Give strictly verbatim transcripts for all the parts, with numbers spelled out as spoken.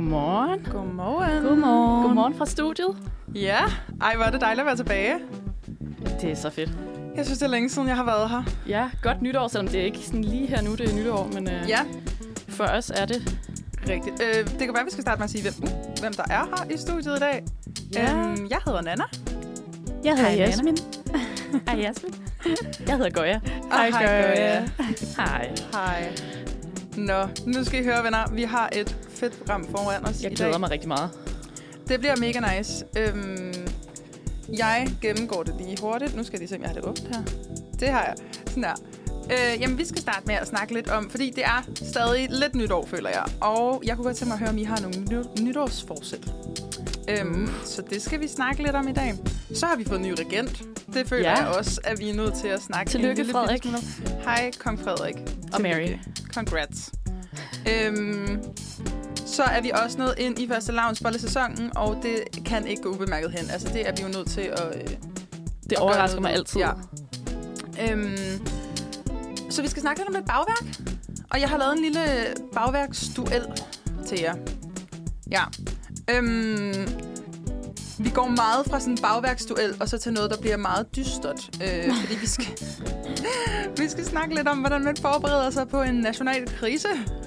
Godmorgen. Godmorgen. Godmorgen. Godmorgen fra studiet. Ja, ej, hvor er det dejligt at være tilbage. Det er så fedt. Jeg synes, det er længe siden, jeg har været her. Ja, godt nytår, selvom det er ikke sådan lige her nu, det er nytår, men øh, ja. For os er det rigtigt. Øh, det kan være, vi skal starte med at sige, hvem, uh, hvem der er her i studiet i dag. Ja. Øhm, jeg hedder Nana. Jeg hedder Hej, Jasmin. Hej Jasmin. Jeg hedder Goya. Hej Goya. Hej. Hej. Nå, nu skal I høre, venner. Vi har et fedt program foran os Jeg i glæder dag. mig rigtig meget. Det bliver mega nice. Øhm, jeg gennemgår det lige hurtigt. Nu skal jeg lige se, om jeg har det åbent her. Det har jeg. Sådan der. Øh, jamen, vi skal starte med at snakke lidt om, fordi det er stadig lidt nytår, føler jeg. Og jeg kunne godt tænke mig at høre, om I har nogle ny- nytårsforsæt. Øhm, uh. Så det skal vi snakke lidt om i dag. Så har vi fået en ny regent. Det føler ja. jeg også, at vi er nødt til at snakke. Tillykke, Frederik. Hej, kong Frederik. Og Mary. Congrats. øhm, så er vi også nået ind i første lavnsbolle-sæsonen, og det kan ikke gå ubemærket hen. Altså, det er vi jo nødt til at... Øh, det at overrasker mig altid. Ja. Øhm, så vi skal snakke lidt om lidt bagværk. Og jeg har lavet en lille bagværksduel til jer. Ja. Øhm, vi går meget fra sådan en bagværksduel, og så til noget, der bliver meget dystert. Øh, fordi vi skal, vi skal snakke lidt om, hvordan man forbereder sig på en national krise.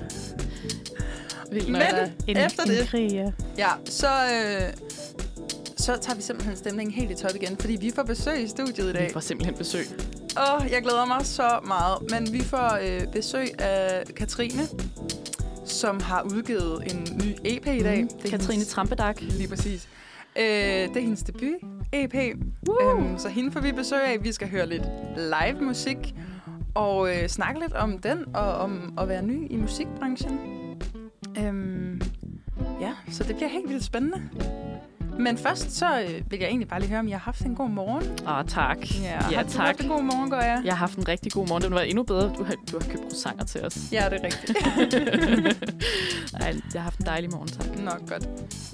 Vildt, Men en, efter en det, krig, ja. ja, så, øh, så tager vi simpelthen stemningen helt i top igen, fordi vi får besøg i studiet i dag. Vi får simpelthen besøg. Åh, oh, jeg glæder mig så meget. Men vi får øh, besøg af Katrine, som har udgivet en ny E P i dag. Mm. Det er Katrine hendes, Trampedag. Lige præcis. Øh, det er hendes debut E P. Øhm, så hende får vi besøg af. Vi skal høre lidt live musik og øh, snakke lidt om den og om at være ny i musikbranchen. Øhm, ja, så det bliver helt vildt spændende. Men først så øh, vil jeg egentlig bare lige høre, om I har haft en god morgen. Åh, oh, tak. Ja, ja har du tak. haft en god morgen, går jeg? Jeg har haft en rigtig god morgen. Den var endnu bedre. Du har, du har købt croissanter til os. Ja, det er rigtigt. Ej, jeg har haft en dejlig morgen, tak. Nå, godt.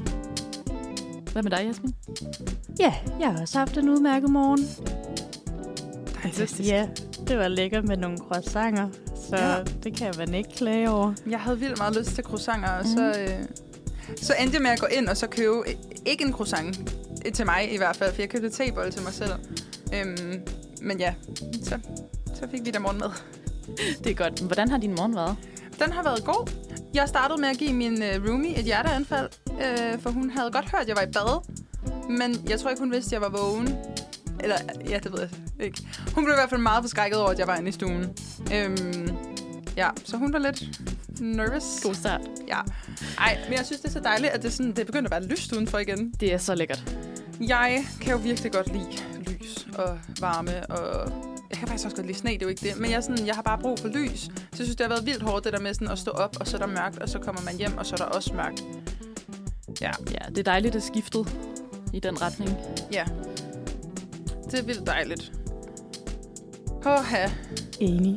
Hvad med dig, Jasmin? Ja, jeg har også haft en udmærket morgen. Fantastisk. Ja, det var lækkert med nogle croissanter, så ja. Det kan man ikke klage over. Jeg havde vildt meget lyst til croissanter, og mm. så, øh, så endte jeg med at gå ind og så købe, ikke en croissant, til mig i hvert fald, for jeg købte tebolle til mig selv. Øhm, men ja, så, så fik vi der morgenmad. Det er godt. Hvordan har din morgen været? Den har været god. Jeg startede med at give min øh, roomie et hjerteanfald, øh, for hun havde godt hørt, at jeg var i bad. Men jeg tror ikke, hun vidste, at jeg var vågen. Eller, ja, det ved jeg ikke. Hun blev i hvert fald meget forskrækket over, at jeg var inde i stuen. Øhm, ja, så hun var lidt nervous. God start. Ja. Ej, men jeg synes, det er så dejligt, at det, sådan, det er begyndt at være lyst udenfor igen. Det er så lækkert. Jeg kan jo virkelig godt lide lys og varme, og jeg kan faktisk også godt lide sne, det er jo ikke det. Men jeg, sådan, jeg har bare brug for lys. Så jeg synes, det har været vildt hårdt, det der med sådan at stå op, og så er der mørkt, og så kommer man hjem, og så er der også mørkt. Ja. Ja, det er dejligt at skifte i den retning. Ja. Det er vildt dejligt. Åha. Enig.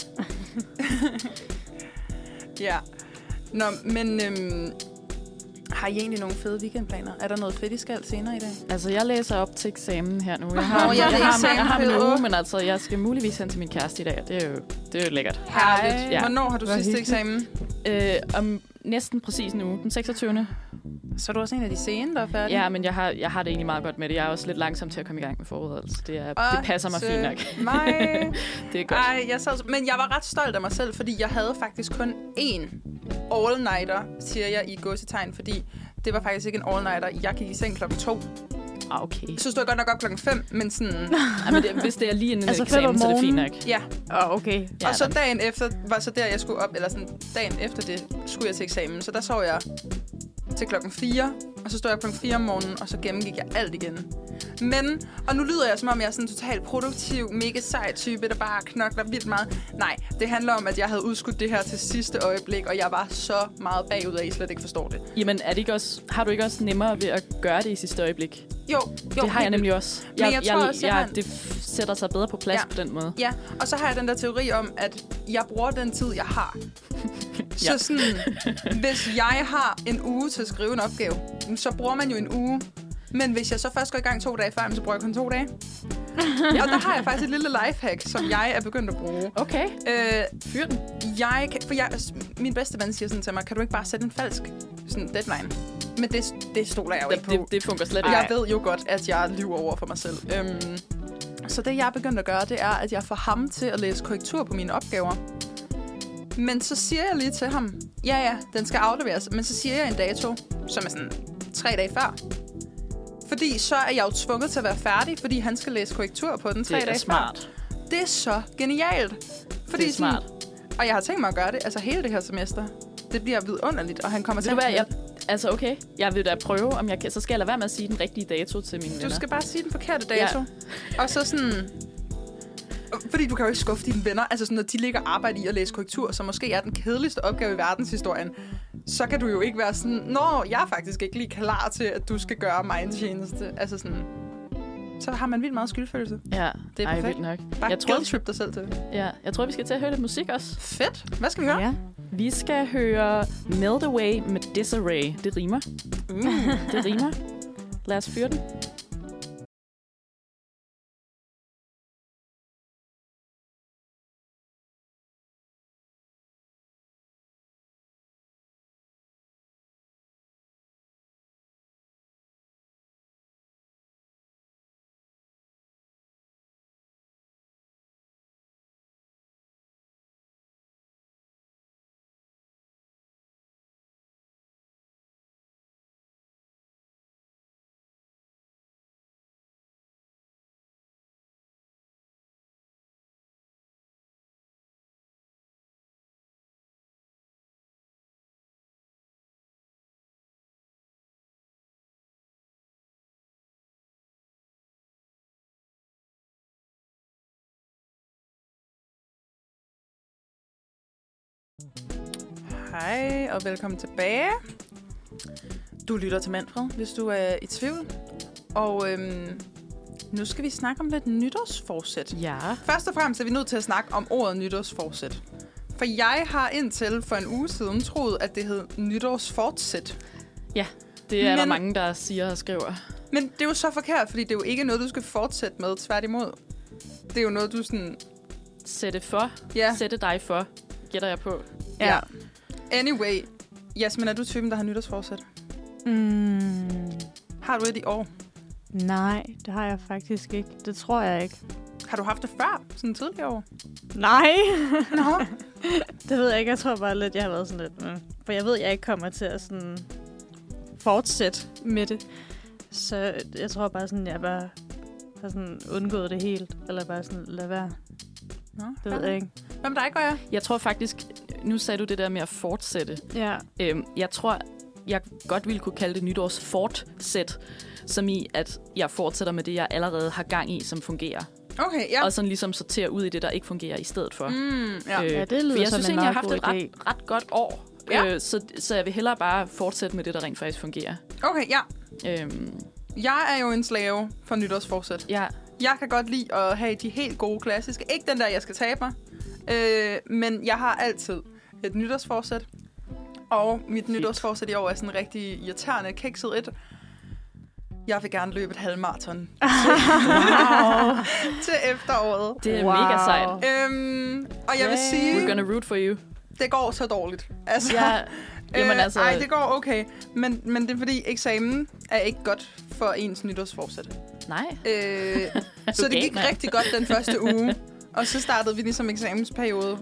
Ja. Nå, men øhm, har I egentlig nogle fede weekendplaner? Er der noget fedt, I skal senere i dag? Altså, jeg læser op til eksamen her nu. Jeg Nå, har, jeg jeg, er har, eksamen jeg har min på- uge, men altså, jeg skal muligvis hen til min kæreste i dag, og det er jo, det er jo lækkert. Herligt. Ja. Hvornår har du Hvor sidste hyggeligt. eksamen? Øh, om næsten præcis en uge, den seksogtyvende Så er du også en af de sene, der er færdige? Ja, men jeg har, jeg har det egentlig meget godt med det. Jeg er også lidt langsom til at komme i gang med forberedelse. Det, er, Og det passer mig til fint nok. mig. Det er godt. Ej, jeg sad, men jeg var ret stolt af mig selv, fordi jeg havde faktisk kun én all-nighter, siger jeg i gåsetegn, fordi det var faktisk ikke en all-nighter. Jeg gik i seng klokken to. Ah, okay. Så stod jeg godt nok op klokken fem, men sådan... Ja, men det, hvis det er lige inden Altså en fem om eksamen, så er det fint nok. Ja, Åh, oh, okay. Ja, og så da. dagen efter var så der, jeg skulle op, eller sådan dagen efter det, skulle jeg til eksamen. Så der sov jeg til klokken fire, og så stod jeg klokken fire om morgenen, og så gennemgik jeg alt igen. Men, og nu lyder jeg som om, jeg er sådan en totalt produktiv, mega sej type, der bare knokler vildt meget. Nej, det handler om, at jeg havde udskudt det her til sidste øjeblik, og jeg var så meget bagud af, at I slet ikke forstår det. Jamen, er det ikke også, har du ikke også nemmere ved at gøre det i sidste øjeblik? Jo, jo. Det har jeg nemlig også. Men jeg tror også, jeg har en- det f- sætter sig bedre på plads Ja. på den måde. Ja, og så har jeg den der teori om, at jeg bruger den tid, jeg har. Så Ja. sådan, hvis jeg har en uge til at skrive en opgave, så bruger man jo en uge. Men hvis jeg så først går i gang to dage før, så bruger jeg kun to dage. Og der har jeg faktisk et lille lifehack, som jeg er begyndt at bruge. Okay, Øh, fyr den. jeg kan, for jeg, min bedste ven siger sådan til mig, kan du ikke bare sætte en falsk sådan deadline. Men det, det stoler jeg jo Det, ikke på. det, det fungerer slet ikke. Jeg ved jo godt, at jeg lyver over for mig selv. Øhm, så det, jeg er begyndt at gøre, det er, at jeg får ham til at læse korrektur på mine opgaver. Men så siger jeg lige til ham, ja, ja, den skal afleveres. Men så siger jeg en dato, som er sådan tre dage før. Fordi så er jeg jo tvunget til at være færdig, fordi han skal læse korrektur på den tre det er dage smart. før. Det er så genialt. Fordi det er smart. Sådan, og jeg har tænkt mig at gøre det, altså hele det her semester. Det bliver vidunderligt, og han kommer Ved til du hvad, at... jeg, altså okay, jeg vil da prøve, om jeg kan, så skal jeg lade være med at sige den rigtige dato til mine venner. Du skal bare sige den forkerte dato. Ja. Og så sådan... Fordi du kan jo ikke skuffe dine venner. Altså sådan, når de ligger og arbejder i at læse korrektur, som måske er den kedeligste opgave i verdenshistorien, så kan du jo ikke være sådan, nå, jeg er faktisk ikke lige klar til, at du skal gøre mig en tjeneste. Altså sådan... Så har man vildt meget skyldfølelse. Ja, det er ej, perfekt. vildt nok. Bare jeg tror, guilt-trip dig selv til. Ja, jeg tror, vi skal til at høre lidt musik også. Fedt. Hvad skal vi høre? Ja. Vi skal høre Melt Away med Disarray. Det rimer. Uh. Det rimer. Lad os fyre den. Hej, og velkommen tilbage. Du lytter til Manfred, hvis du er i tvivl. Og øhm, nu skal vi snakke om lidt nytårsforsæt. Ja. Først og fremmest er vi nødt til at snakke om ordet nytårsforsæt. For jeg har indtil for en uge siden troet, at det hed nytårsfortsæt. Ja, det er Men- der mange, der siger og skriver. Men det er jo så forkert, fordi det er jo ikke noget, du skal fortsætte med, tværtimod. Det er jo noget, du sådan... Sætte for. Ja, Sætte dig for. Gætter jeg på. ja. Anyway, Jasmin, er du typen, der har nytårsforsæt? Mm, Har du et i år? nej, det har jeg faktisk ikke. Det tror jeg ikke. Har du haft det før, sådan tidligere år? Nej! Nå. Det ved jeg ikke. Jeg tror bare lidt, jeg har været sådan lidt... Mm. For jeg ved, jeg ikke kommer til at sådan fortsætte med det. Så jeg tror bare sådan, jeg bare har sådan undgået det helt. Eller bare sådan, lad være. Nå, Det ved jeg ikke. Hvad med dig, gør jeg? Jeg tror faktisk, nu sagde du det der med at fortsætte. Ja. Øhm, jeg tror, jeg godt ville kunne kalde det nytårsfortsæt, som i, at jeg fortsætter med det, jeg allerede har gang i, som fungerer. Okay, ja. Og sådan ligesom sortere ud i det, der ikke fungerer i stedet for. Mm, ja. Øh, Ja, det lyder for jeg som synes en egentlig, jeg meget har haft god et ret, idé. ret godt år. Ja. Øh, så, så jeg vil hellere bare fortsætte med det, der rent faktisk fungerer. Okay, ja. Øhm, Jeg er jo en slave for nytårsforsæt. ja, Jeg kan godt lide at have de helt gode klassiske. Ikke den der, jeg skal tabe mig. Øh, men jeg har altid et nytårsforsæt. Og mit Fedt. nytårsforsæt i år er sådan rigtig irriterende, kikset et. Jeg vil gerne løbe et halvmarathon wow. til efteråret. Det er Wow. mega sejt. Øhm, og jeg vil Yay. sige, We're gonna root for you. det går så dårligt. Altså, Ja, jamen altså... Ej, det går okay. Men, men det er fordi, eksamen er ikke godt for ens nytårsforsæt. Nej. Øh, så det Okay, gik mand. rigtig godt den første uge. Og så startede vi ligesom eksamensperiode.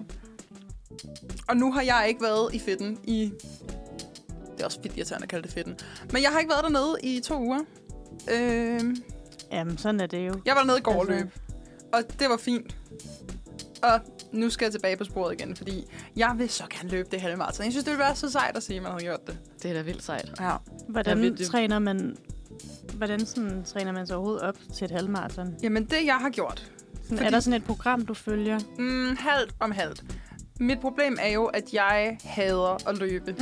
Og nu har jeg ikke været i fedten i... Det er også fedt irriterende at kalde det fedten. Men jeg har ikke været dernede i to uger. Øh, Jamen, sådan er det jo. jeg var dernede i går og Altså- løb. Og det var fint. Og nu skal jeg tilbage på sporet igen, fordi jeg vil så gerne løbe det halvmarathon. Jeg synes, det ville være så sejt at sige, at man havde gjort det. Det er da vildt sejt. Ja. Hvordan Jeg ved det. træner man... Hvordan sådan, træner man sig overhovedet op til et halvmarathon? Jamen, det jeg har gjort... Sådan, Fordi- Er der sådan et program, du følger? Mm, halvt om halvt. Mit problem er jo, at jeg hader at løbe.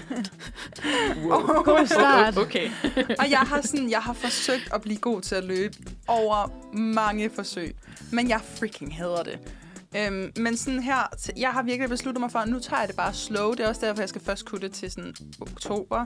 Wow. God start. Okay. Og jeg har, sådan, jeg har forsøgt at blive god til at løbe over mange forsøg. Men jeg freaking hader det. Øhm, men sådan her, t- jeg har virkelig besluttet mig for, at nu tager jeg det bare slow. Det er også derfor, jeg skal først kunne det til sådan oktober.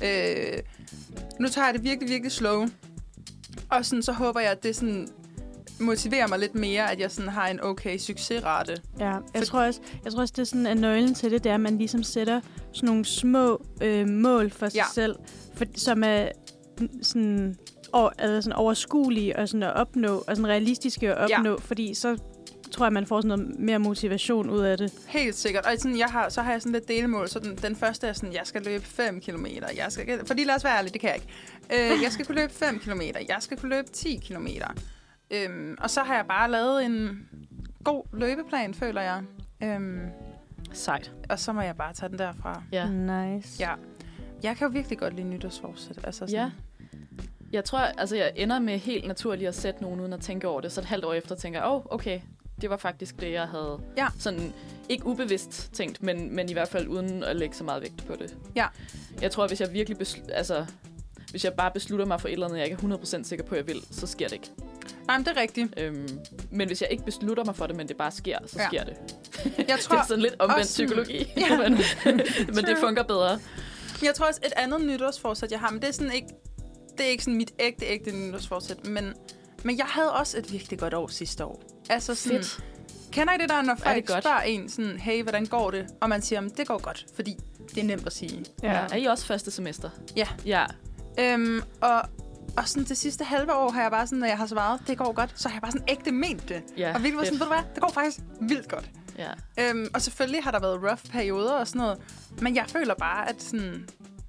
Øh, nu tager jeg det virkelig, virkelig slow. Og sådan, så håber jeg, at det sådan motiverer mig lidt mere, at jeg sådan har en okay succesrate. Ja, jeg, For- tror også, jeg tror også, det er sådan, at nøglen til det, det er, at man ligesom sætter sådan nogle små øh, mål for sig Ja. selv, for, som er n- sådan, over, altså sådan overskuelige og sådan at opnå, og sådan realistiske at opnå, ja. fordi så tror jeg, man får sådan noget mere motivation ud af det. Helt sikkert. Og sådan, jeg har, så har jeg sådan lidt delmål. Så den, den første er sådan, jeg skal løbe fem kilometer. Jeg skal, fordi lad os være ærlige, det kan jeg ikke. Øh, jeg skal kunne løbe fem kilometer. Jeg skal kunne løbe ti kilometer. Øhm, og så har jeg bare lavet en god løbeplan, føler jeg. Øhm, Sejt. og så må jeg bare tage den derfra. Ja. Nice. Ja. Jeg kan jo virkelig godt lide nytårsforsæt. Altså sådan, Ja. Jeg tror, altså jeg ender med helt naturligt at sætte nogen uden at tænke over det. Så et halvt år efter tænker jeg, åh, oh, okay, det var faktisk det, jeg havde Ja. sådan ikke ubevidst tænkt, men, men i hvert fald uden at lægge så meget vægt på det. Ja. Jeg tror, hvis jeg virkelig besl- altså, hvis jeg bare beslutter mig for et eller andet, jeg ikke er hundrede procent sikker på, at jeg vil, så sker det ikke. Nej, men det er rigtigt. Øhm, men hvis jeg ikke beslutter mig for det, men det bare sker, så Ja. sker det. Jeg tror, Det er sådan lidt omvendt også sådan- psykologi, Ja. men, men det fungerer bedre. jeg tror også, et andet nytårsforsæt, jeg har, men det er sådan ikke, det er ikke sådan mit ægte, ægte nytårsforsæt, men, men jeg havde også et virkelig godt år sidste år. Altså sådan, Fedt. kender I det der, når det folk godt? spørger en sådan, hey, hvordan går det? Og man siger, det går godt, fordi det er nemt at sige. Ja. Er I også første semester? Ja. Ja. Øhm, og, og sådan det sidste halve år har jeg bare sådan, når jeg har svaret, det går godt, så har jeg bare sådan ægte ment det. Ja, og virkelig var sådan, fedt. ved du hvad, det går faktisk vildt godt. Ja. Øhm, og selvfølgelig har der været rough perioder og sådan noget, men jeg føler bare, at sådan,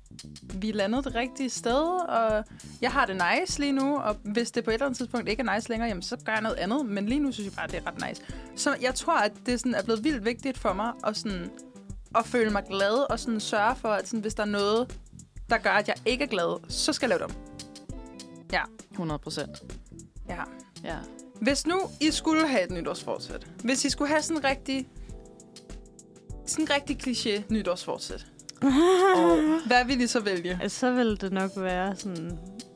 vi landede det rigtige sted, og jeg har det nice lige nu, og hvis det på et eller andet tidspunkt ikke er nice længere, jamen, så gør jeg noget andet, men lige nu synes jeg bare, det er ret nice. Så jeg tror, at det sådan er blevet vildt vigtigt for mig at, sådan, at føle mig glad, og sådan sørge for, at sådan, hvis der er noget, der gør, at jeg ikke er glad, så skal jeg lave det om. Ja. hundrede procent. Ja. Ja. Hvis nu I skulle have et nytårsforsæt, hvis I skulle have sådan en rigtig, sådan en rigtig kliché nytårsforsæt, og hvad vil I så vælge? Altså, så vil det nok være sådan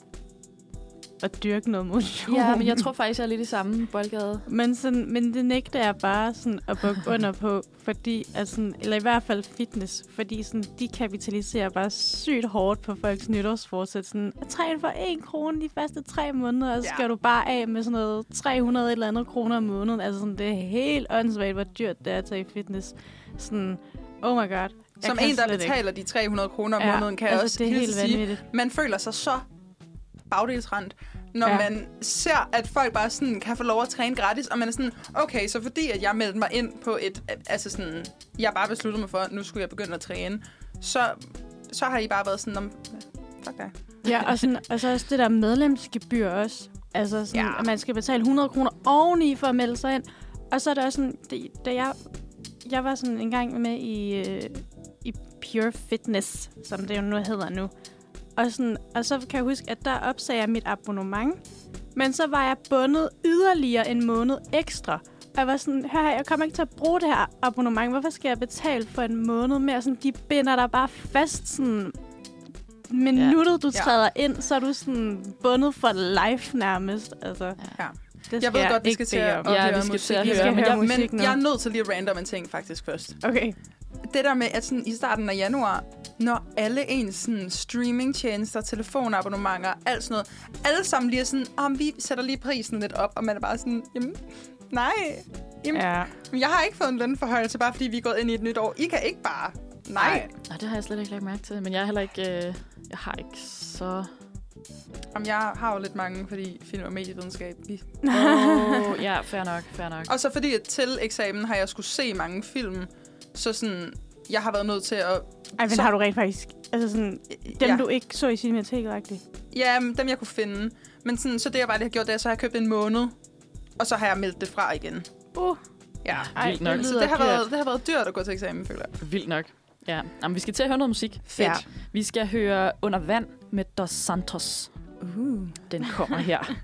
at dyrke noget motion. Ja, men jeg tror faktisk, jeg er lidt i samme boldgade. Men, sådan, men det nægter jeg bare sådan at bukke under på, fordi, altså, eller i hvert fald fitness, fordi sådan, de kapitaliserer bare sygt hårdt på folks nytårsforsæt. Sådan, træn for en krone de første tre måneder, og så Ja. skal du bare af med sådan noget tre hundrede eller andet kroner om måneden. Altså sådan, det er helt åndssvagt, hvor dyrt det er at tage i fitness. Sådan, oh my god. Jeg Som kan en, der slet ikke. betaler de tre hundrede kroner om Ja, måneden, kan jeg altså, også det er hilse helt sige, vanvittigt. man føler sig så bagdelsrendt, når Ja. ja. man ser, at folk bare sådan kan få lov at træne gratis, og man er sådan, okay, så fordi at jeg meldte mig ind på et, altså sådan, jeg bare besluttede mig for, at nu skulle jeg begynde at træne, så, så har I bare været sådan, om, fuck dig. Ja, og, sådan, og så også det der medlemsgebyr også. Altså sådan, Ja. ja. at man skal betale hundrede kroner oveni for at melde sig ind. Og så er det også sådan, det, da jeg, jeg var sådan en gang med i, øh, i Pure Fitness, som det jo nu hedder nu. Og, sådan, og så kan jeg huske, at der opsagde jeg mit abonnement. Men så var jeg bundet yderligere en måned ekstra. Og jeg var sådan, hør her, jeg kommer ikke til at bruge det her abonnement. Hvorfor skal jeg betale for en måned mere? Sådan, de binder dig bare fast sådan... Minuttet, du Ja. træder ind, så er du sådan bundet for life nærmest. Altså, Ja. det Jeg ved jeg godt, vi ikke skal til bede at om. at Ja, høre vi skal musik. til at Vi høre, skal men høre jeg, musik Men nu. jeg er nødt til lige at random en ting faktisk først. Okay. Det der med, at sådan, i starten af januar, når alle ens sådan, streamingtjenester, telefonabonnementer, alt sådan noget, alle sammen lige er sådan, om vi sætter lige prisen lidt op, og man er bare sådan, jamen, nej, jamen, ja. Ja. jeg har ikke fået en lønforhøjelse, bare fordi vi er gået ind i et nyt år. I kan ikke bare, nej. nej, det har jeg slet ikke lagt mærke til. Men jeg er heller ikke... Øh, jeg har ikke så... Jamen, jeg har jo lidt mange, fordi film- og medievidenskab. Vi... Oh, ja, fair nok, fair nok. Og så fordi, at til eksamen har jeg skulle se mange film, så sådan, jeg har været nødt til at... Ej, men så, har du rent faktisk... Altså sådan, dem, ja. du ikke så i Cinemateket, rigtigt? Ja, dem jeg kunne finde. Men sådan, så det jeg bare lige har gjort, det er, så har jeg købt en måned, og så har jeg meldt det fra igen. Uh, Ja, ej, Vildt nok. det så lyder det har, dyrt. været, det har været dyrt at gå til eksamen, føler jeg. Vildt nok. Ja, jamen, vi skal til at høre noget musik. Fedt. Ja. Vi skal høre Under Vand med Dos Santos. Uh. Den kommer her.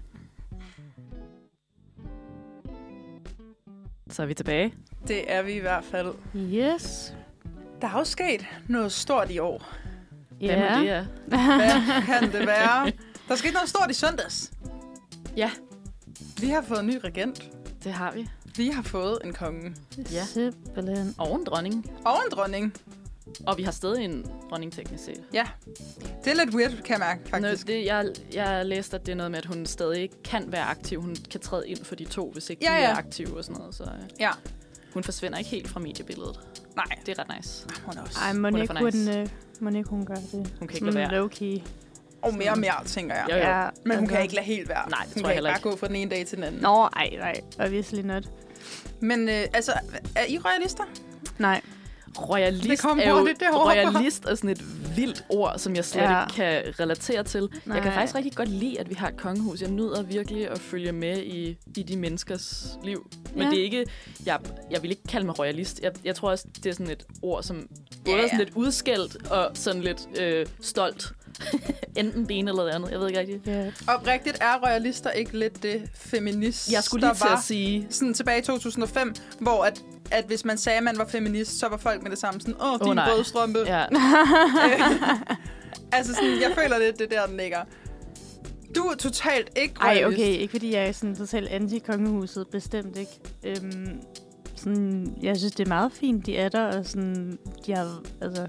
Så er vi tilbage. Det er vi i hvert fald. Yes. Der er jo sket noget stort i år. Hvad må det er? Hvad kan det være? Der skete noget stort i søndags. Ja, Vi har fået en ny regent. det har vi. Vi har fået en konge. Ja. Simpelthen. Og en dronning. Og en dronning. Og vi har stadig en dronning teknisk set. Ja, det er lidt weird, kan jeg mærke, faktisk. Nå, det, jeg, jeg læste, at det er noget med, at hun stadig kan være aktiv. Hun kan træde ind for de to, hvis ikke ja, de ja. er aktive og sådan noget. Så ja. Hun forsvinder ikke helt fra mediebilledet. Nej. Det er ret nice. Hun er også. Ej, må ikke hun, nice. hun, øh, hun gør det. Hun kan ikke lade være. Low-key. Og mere og mere, tænker jeg. Jo, jo. Ja, Men hun altså. kan ikke lade helt være. Nej, det hun tror kan jeg heller ikke ikke. bare gå fra den ene dag til den anden. Nå, ej, nej. Obviously not. Men øh, altså, er I royalister? Nej. Royalist det kom er jo hurtigt, det royalist er sådan et vildt ord, som jeg slet ja. ikke kan relatere til. Nej. Jeg kan faktisk rigtig godt lide, at vi har et kongehus. Jeg nyder virkelig at følge med i, i de menneskers liv. Men ja. det er ikke... Jeg, jeg vil ikke kalde mig royalist. Jeg, jeg tror også, det er sådan et ord, som både ja, ja. er sådan lidt udskældt og sådan lidt øh, stolt. Enten det ene eller det andet. Jeg ved ikke rigtigt. Yeah. Oprigtigt er royalister ikke lidt det feminist, Jeg skulle lige til var at sige... sådan tilbage i to tusind og fem, hvor at, at hvis man sagde, at man var feminist, så var folk med det samme sådan, åh, din oh, brødstrømpe. Ja. Altså sådan, jeg føler lidt, det der, den ligger. Du er totalt ikke royalist. Ej, okay. Ikke fordi jeg er sådan totalt anti-kongehuset. Bestemt ikke. Øhm, sådan, jeg synes, det er meget fint, de er der. Og sådan, de har, altså,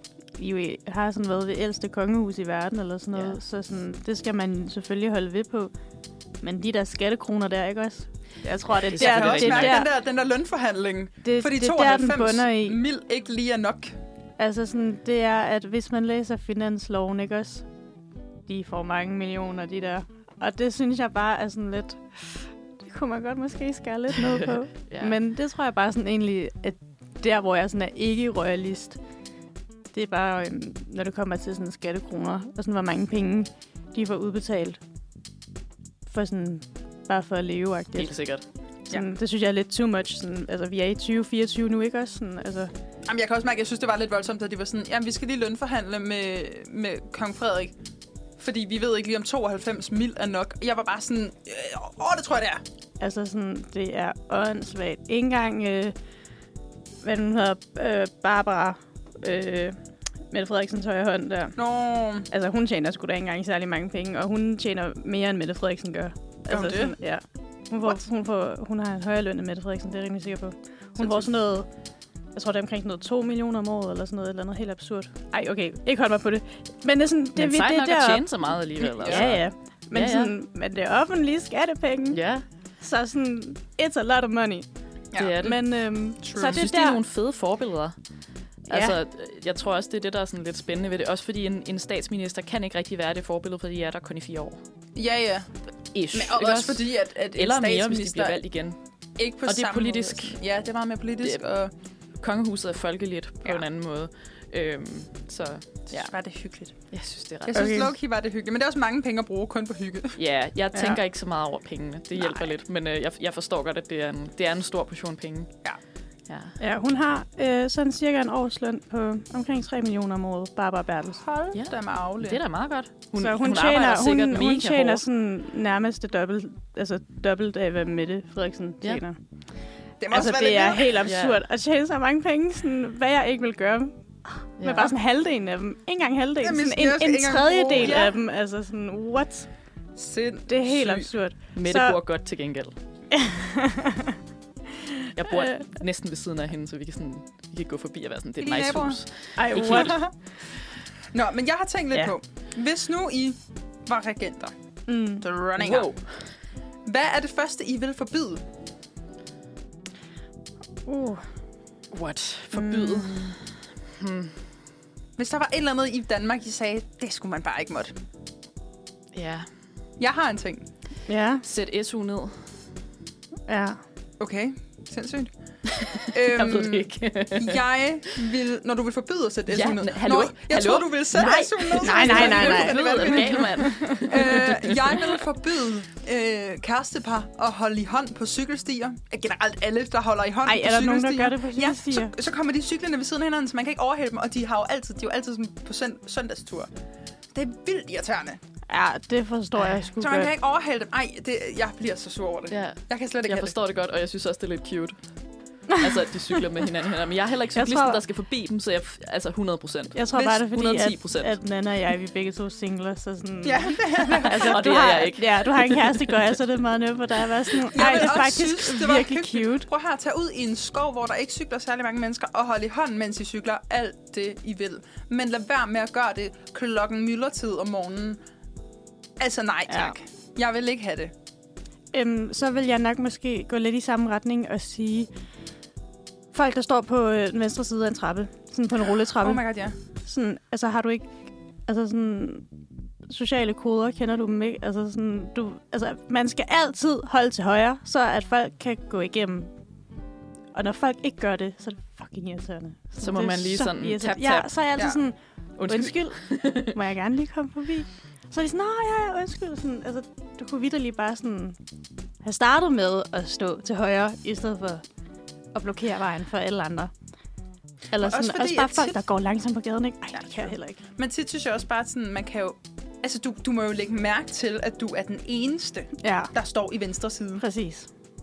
I har sådan været det ældste kongehus i verden, eller sådan noget. Ja. Så sådan, det skal man selvfølgelig holde ved på. Men de der skattekroner der, ikke også? Jeg tror, det er Det Jeg er kan der, også det er mærke der, den der, den der lønforhandling. det, Fordi det er der, den bunder i. tooghalvfems mil ikke lige er nok. Altså sådan, det er, at hvis man læser finansloven, ikke også? De får mange millioner, de der. Og det synes jeg bare er sådan lidt... Det kunne man godt måske skære lidt ned på. Ja. Men det tror jeg bare sådan egentlig, at der, hvor jeg sådan er ikke-royalist, det er bare, øhm, når det kommer til sådan skattekroner, og sådan, hvor mange penge de får udbetalt for sådan, bare for at leve. Helt sikkert. Sådan, det synes jeg er lidt too much. Sådan, altså, vi er i tyve fireogtyve nu, ikke også? Sådan, altså. Jamen, jeg kan også mærke, at jeg synes, det var lidt voldsomt, at de var sådan, jamen, vi skal lige lønforhandle med, med kong Frederik. Fordi vi ved ikke lige, om tooghalvfems mil er nok. Jeg var bare sådan, åh, det tror jeg, det er. Altså, sådan, det er åndssvagt. Ikke engang, øh, hvad den hedder, øh, Barbara, øh, Mette Frederiksens højre hånd der. Nå. Altså, hun tjener sgu da ikke engang særlig mange penge, og hun tjener mere, end Mette Frederiksen gør. Gør hun altså, det? Sådan, ja. Hun, får, hun, får, hun har en højere løn end Mette Frederiksen, det er jeg rimelig sikker på. Hun får sådan noget, jeg tror, det er omkring sådan noget to millioner om året, eller sådan noget, eller noget helt absurd. Ej, okay, ikke hold mig på det. Men det er sådan, det, Men vi, sejt det nok der... at tjene så meget alligevel. Altså. Ja, ja. Men, Ja, ja. Sådan, men det er offentlige skattepenge, Ja, så sådan, it's a lot of money. Ja. det er det. Men øhm, så jeg det synes, der... det er nogle fede forbilleder. Ja. Altså, jeg tror også, det er det, der er sådan lidt spændende ved det. Også fordi en, en statsminister kan ikke rigtig være det forbillede, fordi de er der kun i fire år. Ja, ja. Ish. Men og Ikke også fordi, at, at en Eller mere, hvis de statsminister bliver valgt igen. ikke på Og det er samme politisk. måde. Ja, det er meget mere politisk. Det- og Kongehuset er folkeligt på Ja. en anden måde. Øhm, så jeg ja, synes bare, det er hyggeligt. jeg synes, det er ret. Jeg synes, Okay. okay. low-key var det hyggeligt. Men det er også mange penge at bruge kun på hygge. Ja, jeg tænker Ja. ikke så meget over pengene. Det hjælper Nej. lidt. Men øh, jeg, jeg forstår godt, at det er en, det er en stor portion penge. Ja. Ja. Ja, hun har øh, sådan cirka en årsløn på omkring tre millioner om året, Barbara Bertels. Hold Ja. da med aflæg. Det er da meget godt. Hun, så hun, hun tjener, arbejder sikkert hun, mega hun tjener hårdt. sådan nærmest det dobbelt, altså dobbelt af, hvad Mette Frederiksen Ja. tjener. Det må Altså, også være det er lidt helt absurd at tjene så mange penge, sådan, hvad jeg ikke vil gøre. Ja. Med bare sådan halvdelen af dem. Ikke engang halvdelen. Jamen, Sådan jeg en, skal en ikke engang tredjedel bruge- ja. af dem. Altså sådan, what? sind. Det er helt sygt. absurd. Mette Så- bor godt til gengæld. Jeg bor Øh. næsten ved siden af hende, så vi kan, sådan, vi kan gå forbi og være sådan, det er Dine et nice naboer? hus. Ej, Ikke what? Nå, men jeg har tænkt lidt Ja. på, hvis nu I var regenter, Mm. dronninger, Wow. hvad er det første, I vil forbyde? Uh. What? Forbyde? Mm. Hmm. Hvis der var et eller andet i Danmark, I sagde, det skulle man bare ikke måtte. Ja. Jeg har en ting. Ja, Sæt S U ned. ja. Okay, sindssygt. Jeg ved det ikke. jeg vil, når du vil forbyde at sætte Ja, S U ned. n- hallo? Nå, jeg Hallo? tror, du vil sætte Nej. S U ned. Nej, nej, nej, nej. Jeg ved, er du gal, mand? øh, jeg vil forbyde øh, kærestepar at holde i hånd på cykelstier. Generelt alle, der holder i hånd Ej, på er der cykelstier. nogen, der gør det på Ja, cykelstier? så, så kommer de cyklerne ved siden af hinanden, så man kan ikke overhale dem, og de har jo altid, de er jo altid sådan på søn, søndagstur. Det er vildt irriterende. Ja, det forstår jeg sgu Så man kan godt. ikke overhale dem. Ej, det, jeg bliver så sur over det. Ja, Jeg kan slet ikke jeg have forstår det godt, og jeg synes også, det er lidt cute. Altså, at de cykler med hinanden. Men jeg er heller ikke Jeg cyklisten, tror- der skal forbi dem, så jeg altså hundrede procent. Jeg tror Hvis bare, det er fordi, hundrede og ti at, procent. at Nana og jeg, vi er begge to singler, så sådan... Ja, det er det. Altså, Og du det er har, jeg ikke. Ja, du har en kæreste, gør jeg, så det er meget nødt på dig. Jeg var sådan, Jeg ej, vil det er også faktisk synes, det var virkelig hyggeligt. cute. Prøv her at tage ud i en skov, hvor der ikke cykler særlig mange mennesker, og holde i hånden, mens I cykler alt det, I vil. Men lad være med at gøre det klokken myldretid om morgenen. Altså nej tak. Ja. Jeg vil ikke have det. Øhm, så vil jeg nok måske gå lidt i samme retning og sige, folk, der står på øh, den venstre side af en trappe, sådan på en rulletrappe, Oh my god, ja. sådan, altså har du ikke, altså sådan, sociale koder, kender du dem ikke? Altså sådan, du, altså man skal altid holde til højre, så at folk kan gå igennem. Og når folk ikke gør det, så er det fucking irriterende. Så må det er man lige så sådan irriterende. tap, tap. Ja, så er jeg altid Ja. sådan, Undskyld. undskyld, må jeg gerne lige komme forbi? Så er de sådan, nå ja, ja, undskyld. Sådan, altså, du kunne vitterligt bare sådan have startet med at stå til højre, i stedet for at blokere vejen for alle andre. Eller Også sådan, også, fordi, også bare at folk, tit- der går langsomt på gaden, ikke? Ej, Ja, det kan jeg heller ikke. Men tit synes jeg også bare sådan, man kan jo... Altså, du, du må jo lægge mærke til, at du er den eneste, Ja, der står i venstre side. præcis.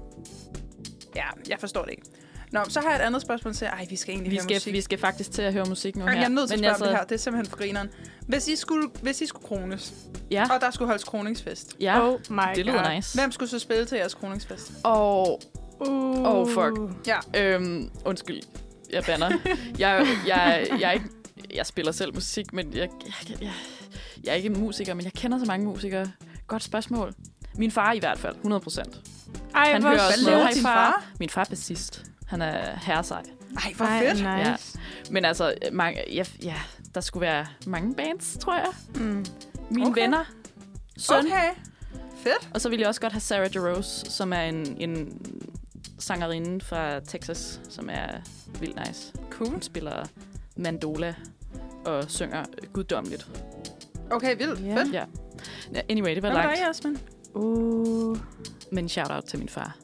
Ja, jeg forstår det ikke. Nå, så har jeg et andet spørgsmål til. Ej, vi skal egentlig Vi høre skal, musik. vi skal faktisk til at høre musik nu Okay, her. jeg er nødt til at Men spørge altså, om det her. Det er simpelthen for grineren. Hvis I skulle, hvis I skulle krones, Ja, og der skulle holdes kroningsfest, ja. Oh my Det lyder god. nice. hvem skulle så spille til jeres kroningsfest? Og, Uh. Oh, fuck. Ja. øhm, undskyld, jeg banner. jeg, jeg, jeg, er ikke, jeg spiller selv musik, men jeg, jeg, jeg, jeg er ikke en musiker, men jeg kender så mange musikere. Godt spørgsmål. Min far i hvert fald, hundrede procent. Ej, Han hvor hører også Hvad laver Hej din far. far? Min far er bassist. Han er herresej. Ej, hvor Ej, fedt. nice. Ja. Men altså, mange, ja, ja, der skulle være mange bands, tror jeg. Mm. Mine Okay. venner. Søn. Okay, fedt. Og så vil jeg også godt have Sarah DeRose, som er en, en sangerinde fra Texas, som er vildt nice. Cool. Hun spiller mandola og synger guddommeligt. Okay, vildt. Ja. Fedt. Ja. Ja, anyway, det var Hvad med langt. dig, Jasmin? Uh. Men shout-out til min far.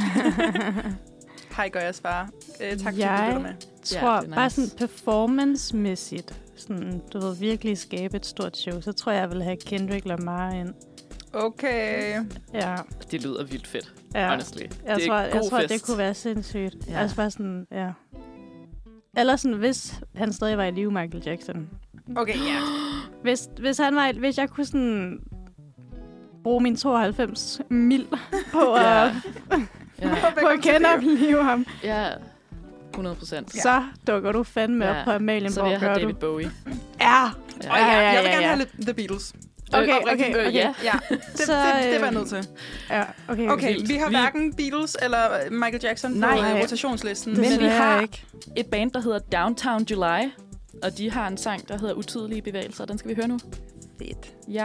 Hej, gør jeres far. Øh, tak, fordi Jeg- du lytter med. tror, det er bare nice. sådan performance-mæssigt, sådan, du ved, virkelig skabe et stort show, så tror jeg, jeg vil have Kendrick Lamar ind. Okay. Ja, Det lyder vildt fedt, ja. honestly. Jeg det er tror, god jeg tror fest. det kunne være sindssygt. Ja. Ja. Altså bare sådan, ja. Eller sådan, hvis han stadig var i live, Michael Jackson. Okay, ja. Hvis, hvis, han var, hvis jeg kunne sådan bruge min tooghalvfems mil på at, Ja. ja. Ja, på at genopleve ham, ja. hundrede procent. Ja. så dukker du fandme Ja. op på Amalienborg, Så vil jeg have gør David du. Bowie. Ja, Og Ja. ja, ja, ja, jeg vil ja, gerne ja. have lidt The Beatles. okay, oprigtigt. okay, Øh, okay. ja. Ja, det, det, Så, det, det var jeg øhm, nødt til. Ja, okay. Okay, vildt. vi har Vi- hverken Beatles eller Michael Jackson Nej. på øh, rotationslisten. Det Men vi desværre har- ikke. Et band, der hedder Downtown July, og de har en sang, der hedder Utydelige Bevægelser. Den skal vi høre nu. Fedt. Ja.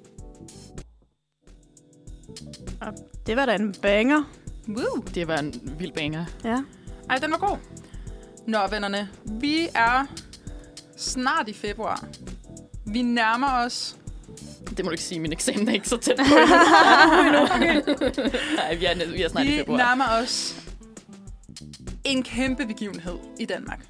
Det var da en banger. Woo. Det var en vild banger. Ja. Ej, den var god. Nå, vennerne. Vi er snart i februar. Vi nærmer os... Det må du ikke sige, min eksamen er ikke så tæt på endnu. Nej, vi er, vi er snart i Vi februar. nærmer os en kæmpe begivenhed i Danmark.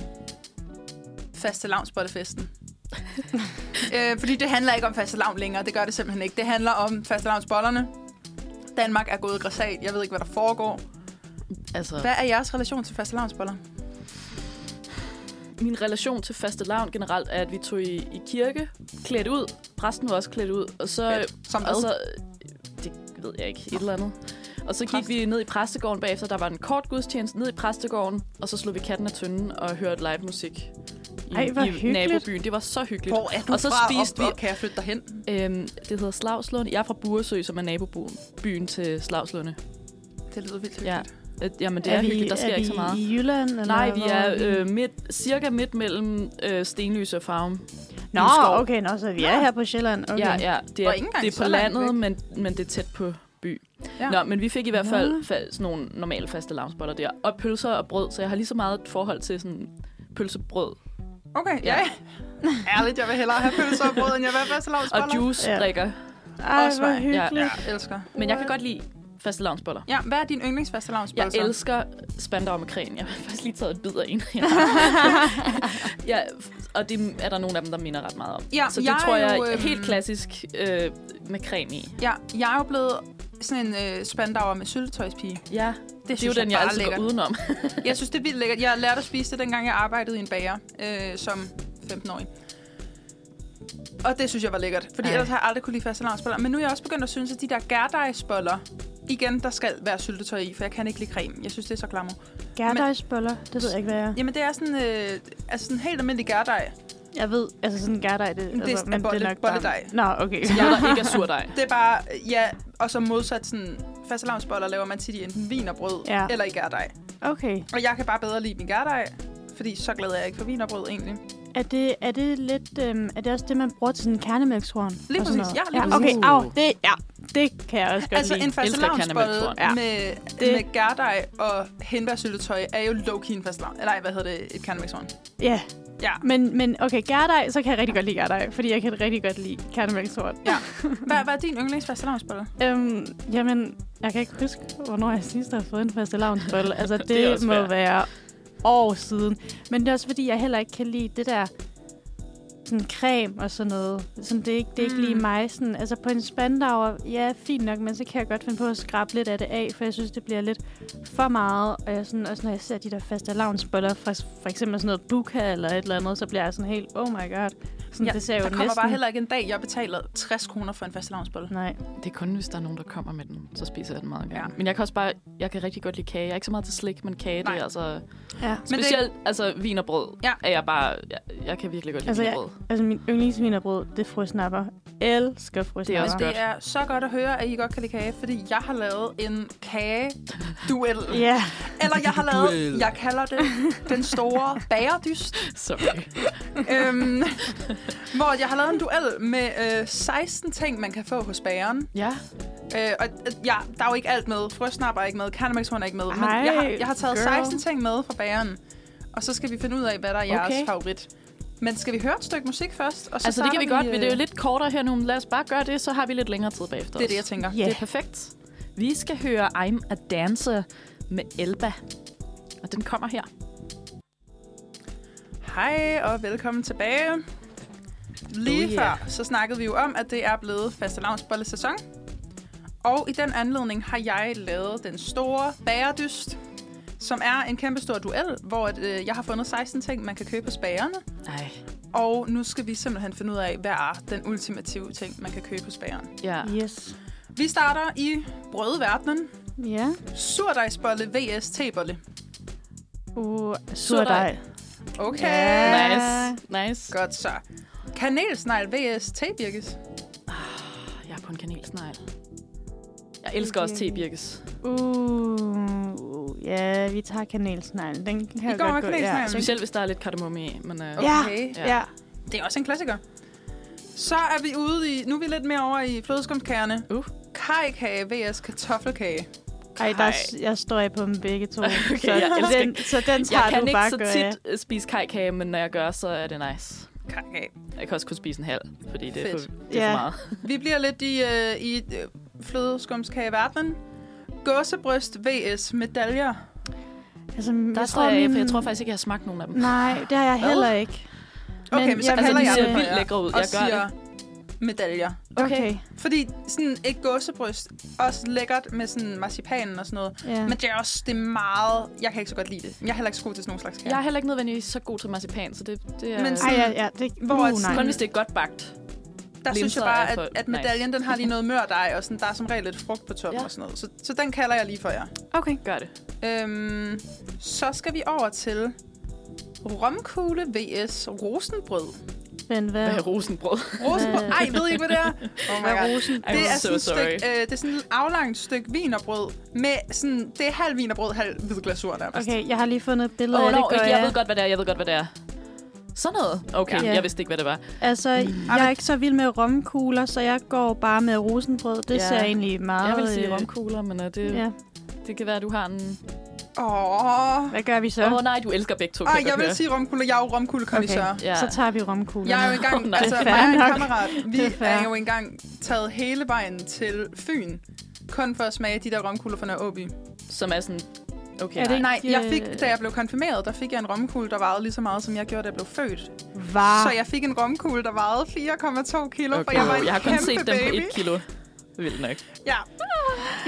Fastelavnsbollefesten. øh, fordi det handler ikke om fastelavn længere. Det gør det simpelthen ikke. Det handler om fastelavnsbollerne. Danmark er gået grassat. Jeg ved ikke, hvad der foregår. Altså, Hvad er jeres relation til fastelavnsboller? min relation til fastelavn generelt er, at vi tog i, i kirke, klædt ud. Præsten var også klædt ud. Og så... Fedt. Som og hvad? så det ved jeg ikke. Et eller andet. Og så gik Præst. vi ned i præstegården bagefter. Der var en kort gudstjeneste ned i præstegården. Og så slog vi katten af tynden og hørte live musik i, Ej, hvor i hyggeligt. nabobyen. Det var så hyggeligt. Hvor er du og så fra, spiste og, vi- og kan jeg flytte dig hen? Øhm, det hedder Slagslund. Jeg er fra Buresø, som er nabobyen byen til Slagslunde. Det lyder vildt Ja. hyggeligt. Øh, Jamen, det er, er hyggeligt. Der sker er ikke så meget. vi i Jylland? Eller Nej, vi hvor er vi? øh, midt, cirka midt mellem øh, Stenløse og Farum. Nå, en skov. okay, nå, så vi Nå. er her på Sjælland. Okay. Ja, ja, det er, Og ikke engang det er på så langt landet, væk. men, men det er tæt på by. Ja. Nå, men vi fik i hvert Nå. fald fa- sådan nogle normale faste lavnsboller der. Og pølser og brød, så jeg har lige så meget et forhold til sådan pølsebrød. Okay, Ja. ja. Ærligt, jeg vil hellere have pølser og brød, end jeg vil have fastelavnsboller. Og juice Ja. drikker. Ej, Også hvor mig. Ja, hyggeligt. jeg elsker. Men jeg kan godt lide faste lavnsboller. Ja, hvad er din yndlingsfastelavnsbolle Jeg så? elsker spandau med creme. Jeg har faktisk lige taget et bid af en. Ja, og det er der nogle af dem, der minder ret meget om. Ja, Så det jeg tror er jeg jo, er øhm, helt klassisk øh, med creme i. Ja, jeg er jo blevet sådan en øh, spandauer med syltetøjspige. Ja, Det er jo den, jeg altid går udenom. Jeg synes, det er vildt lækkert. Jeg lærte at spise det, dengang jeg arbejdede i en bager øh, som femten-årig. Og det synes jeg var lækkert, fordi Ej. ellers har jeg aldrig kunne lide fastelavnsboller. Men nu er jeg også begyndt at synes, at de der gærdejsboller, igen, der skal være syltetøj i, for jeg kan ikke lide creme. Jeg synes, det er så klammer. Gærdejsboller? Det ved jeg ikke, hvad er. Jamen, det er sådan, øh, altså sådan helt almindelig gærdej. Jeg ved, altså sådan en gærdej, det, det, altså, er, men bolle, det er nok bolledej. Nå, okay. Så jeg der ikke er surdej. Det er bare, ja, og så modsat sådan, fastelavnsboller laver man tit i enten wienerbrød ja. eller i gærdej. Okay. Og jeg kan bare bedre lide min gærdej, fordi så glæder jeg ikke for wienerbrød egentlig. Er det, er det lidt, øhm, er det også det, man bruger til sådan en kærnemælkshorn? Lige præcis, ja. Lige ja okay, au, det, ja, det kan jeg også godt altså, lide. Altså en fastelavnsbolle ja. med, det. med gærdej og hindbærsyltetøj er jo low-key en fastelavn. Eller nej, hvad hedder det? Et kærnemælkshorn. Ja. Ja. Men, men okay, gærdej, så kan jeg rigtig godt lide gærdej, fordi jeg kan rigtig godt lide kærnemælkshorn. Ja. Hvad, hvad er din yndlings fastelavnsbolle? Øhm, jamen, jeg kan ikke huske, hvornår jeg sidst har fået en fastelavnsbolle. Altså, det, det må fair. være år siden. Men det er også fordi, jeg heller ikke kan lide det der sådan creme og sådan noget. Sådan, det er ikke, det er ikke Mm. lige mig. Sådan, altså på en spandauer, ja, fint nok, men så kan jeg godt finde på at skrabe lidt af det af, for jeg synes, det bliver lidt for meget. Og jeg, sådan, også når jeg ser de der fastelavnsboller fra for eksempel sådan noget Buka eller et eller andet, så bliver jeg sådan helt, oh my god. Sådan, Ja, det ser jo der kommer næsten... bare heller ikke en dag, jeg betaler tres kroner for en fastelavnsbolle. Nej. Det er kun, hvis der er nogen, der kommer med den, så spiser jeg den meget gerne. Ja. Men jeg kan også bare, jeg kan rigtig godt lide kage. Jeg er ikke så meget til slik, men kage, Nej. det er altså... Ja. Specielt, det... altså wienerbrød, ja. er jeg bare... Jeg, jeg kan virkelig godt lide Altså, wienerbrød. jeg, altså min yndlingsvinerbrød, det er frøsnapper. Elsker frøsnapper. også Det godt. er så godt at høre, at I godt kan lide kage, fordi jeg har lavet en kage-duel. Ja. Eller jeg har lavet, Duel. jeg kalder det, den store bagerdyst. Sorry. øhm, hvor jeg har lavet en duel med øh, seksten ting, man kan få hos bageren. Ja. Øh, og øh, ja, der er jo ikke alt med. Frøsnapper er ikke med, kærnemælkshorn er ikke med. Men Ej, jeg har, jeg har taget girl. seksten ting med fra bageren. Og så skal vi finde ud af, hvad der er jeres Okay. favorit. Men skal vi høre et stykke musik først? Og så Altså, det kan vi starter godt. øh, Det er jo lidt kortere her nu, men lad os bare gøre det, så har vi lidt længere tid bagefter. Det er det, jeg tænker. Ja. Det er perfekt. Vi skal høre I'm a Dancer med Elba. Og den kommer her. Hej og velkommen tilbage. Lige Oh, oh, yeah. før, så snakkede vi jo om, at det er blevet fastelavnsbollesæson. Og i den anledning har jeg lavet den store bagerdyst, som er en kæmpe stor duel, hvor at, øh, jeg har fundet seksten ting, man kan købe hos bagerne. Ej. Og nu skal vi simpelthen finde ud af, hvad er den ultimative ting, man kan købe hos bageren. Ja. Yes. Vi starter i brødverdenen. Ja. Surdejsbolle vs tebolle. Uh, Surdej. surdej. Okay. Ja. Nice. Nice. Godt så. Kanelsnegl vs tebirkes. Jeg er på en kanelsnegl. Jeg elsker også tebirkes. Uh, ja, vi tager kanelsneglen. Den kan jo går med godt gå. kanelsneglen. Ja. Specielt hvis der er lidt kardemomme i. Men, uh, Ja. Okay. Ja. Ja. Det er også en klassiker. Så er vi ude i... Nu er vi lidt mere over i flødeskumskagerne. Uh. Kajkage vs kartoffelkage. Ej, der, jeg står af på dem begge to. Okay, så, jeg elsker den, så den tager jeg kan du ikke bare så gør, tit ja. ja. spise kajkage, men når jeg gør, så er det nice. Kajkage. Jeg kan også kun spise en halv, fordi det er, for, Fedt. det er Ja. for meget. Vi bliver lidt i, øh, i øh, flødeskumskageverdenen. Gåsebryst vs medaljer. Altså, Der jeg tror jeg, min- for jeg tror faktisk ikke, jeg har smagt nogen af dem. Nej, det har jeg heller ikke. Okay, men så jeg kalder vil jeg de ser dem sige- vildt lækre ud. og Jeg gør siger medaljer. Okay. Fordi sådan et gåsebryst, også lækkert med sådan marcipanen og sådan noget. Ja. Men det er også det er meget... Jeg kan ikke så godt lide det. Jeg er heller ikke så god til sådan nogle slags kager. Jeg er heller ikke nødvendigvis så god til marcipan, så det, det er... Men Ej, sådan- ja, ja. Det, Hvor uh, at nej. kun hvis det er godt bagt. Der synes jeg linser bare, er at, for at nice. medaljen, den har lige noget mørdej, og sådan, der er som regel lidt frugt på toppen Ja. og sådan noget. Så, så den kalder jeg lige for jer. Okay. Gør det. Øhm, så skal vi over til romkugle vs rosenbrød. Men hvad? Hvad er rosenbrød? Rosenbrød? Hvad? Ej, ved I ikke, hvad det er? Oh my god. rosen? I'm Det er, so sådan et sorry. stykke, øh, det er sådan et aflangt stykke vinerbrød med sådan, det er halv vinerbrød, halv hvid glasur nærmest. Okay, jeg har lige fundet et billede Åh, af oh, det. no, gør jeg ved godt, hvad det er. Jeg ved godt, hvad det er. Sådan noget? Okay, Ja. jeg vidste ikke, hvad det var. Altså, jeg er ikke så vild med romkugler, så jeg går bare med rosenbrød. Det Ja. ser egentlig meget... Jeg vil sige øh, romkugler, men uh, det, Ja. det kan være, at du har en... Åh, Hvad gør vi så? Åh oh, nej, du elsker begge to. Ej, kan jeg godt vil høre. sige romkugle. Jeg er jo romkuglekondisør. Okay, Ja. så tager vi romkugler. Jeg er jo engang, Åh, nej. altså Det er mig og en fair nok. kammerat, vi Det er fair. er jo engang taget hele vejen til Fyn, kun for at smage de der romkugler fra Nørre Åby. Som er sådan... Okay, Er det nej. ikke- Nej, jeg fik, da jeg blev konfirmeret, der fik jeg en romkugle, der vejede lige så meget, som jeg gjorde, da jeg blev født. Var. Så jeg fik en romkugle, der vejede fire komma to kilo, Okay. for jeg var en Jeg har kun kæmpe set dem på baby. et kilo. Vildt nok. Ja.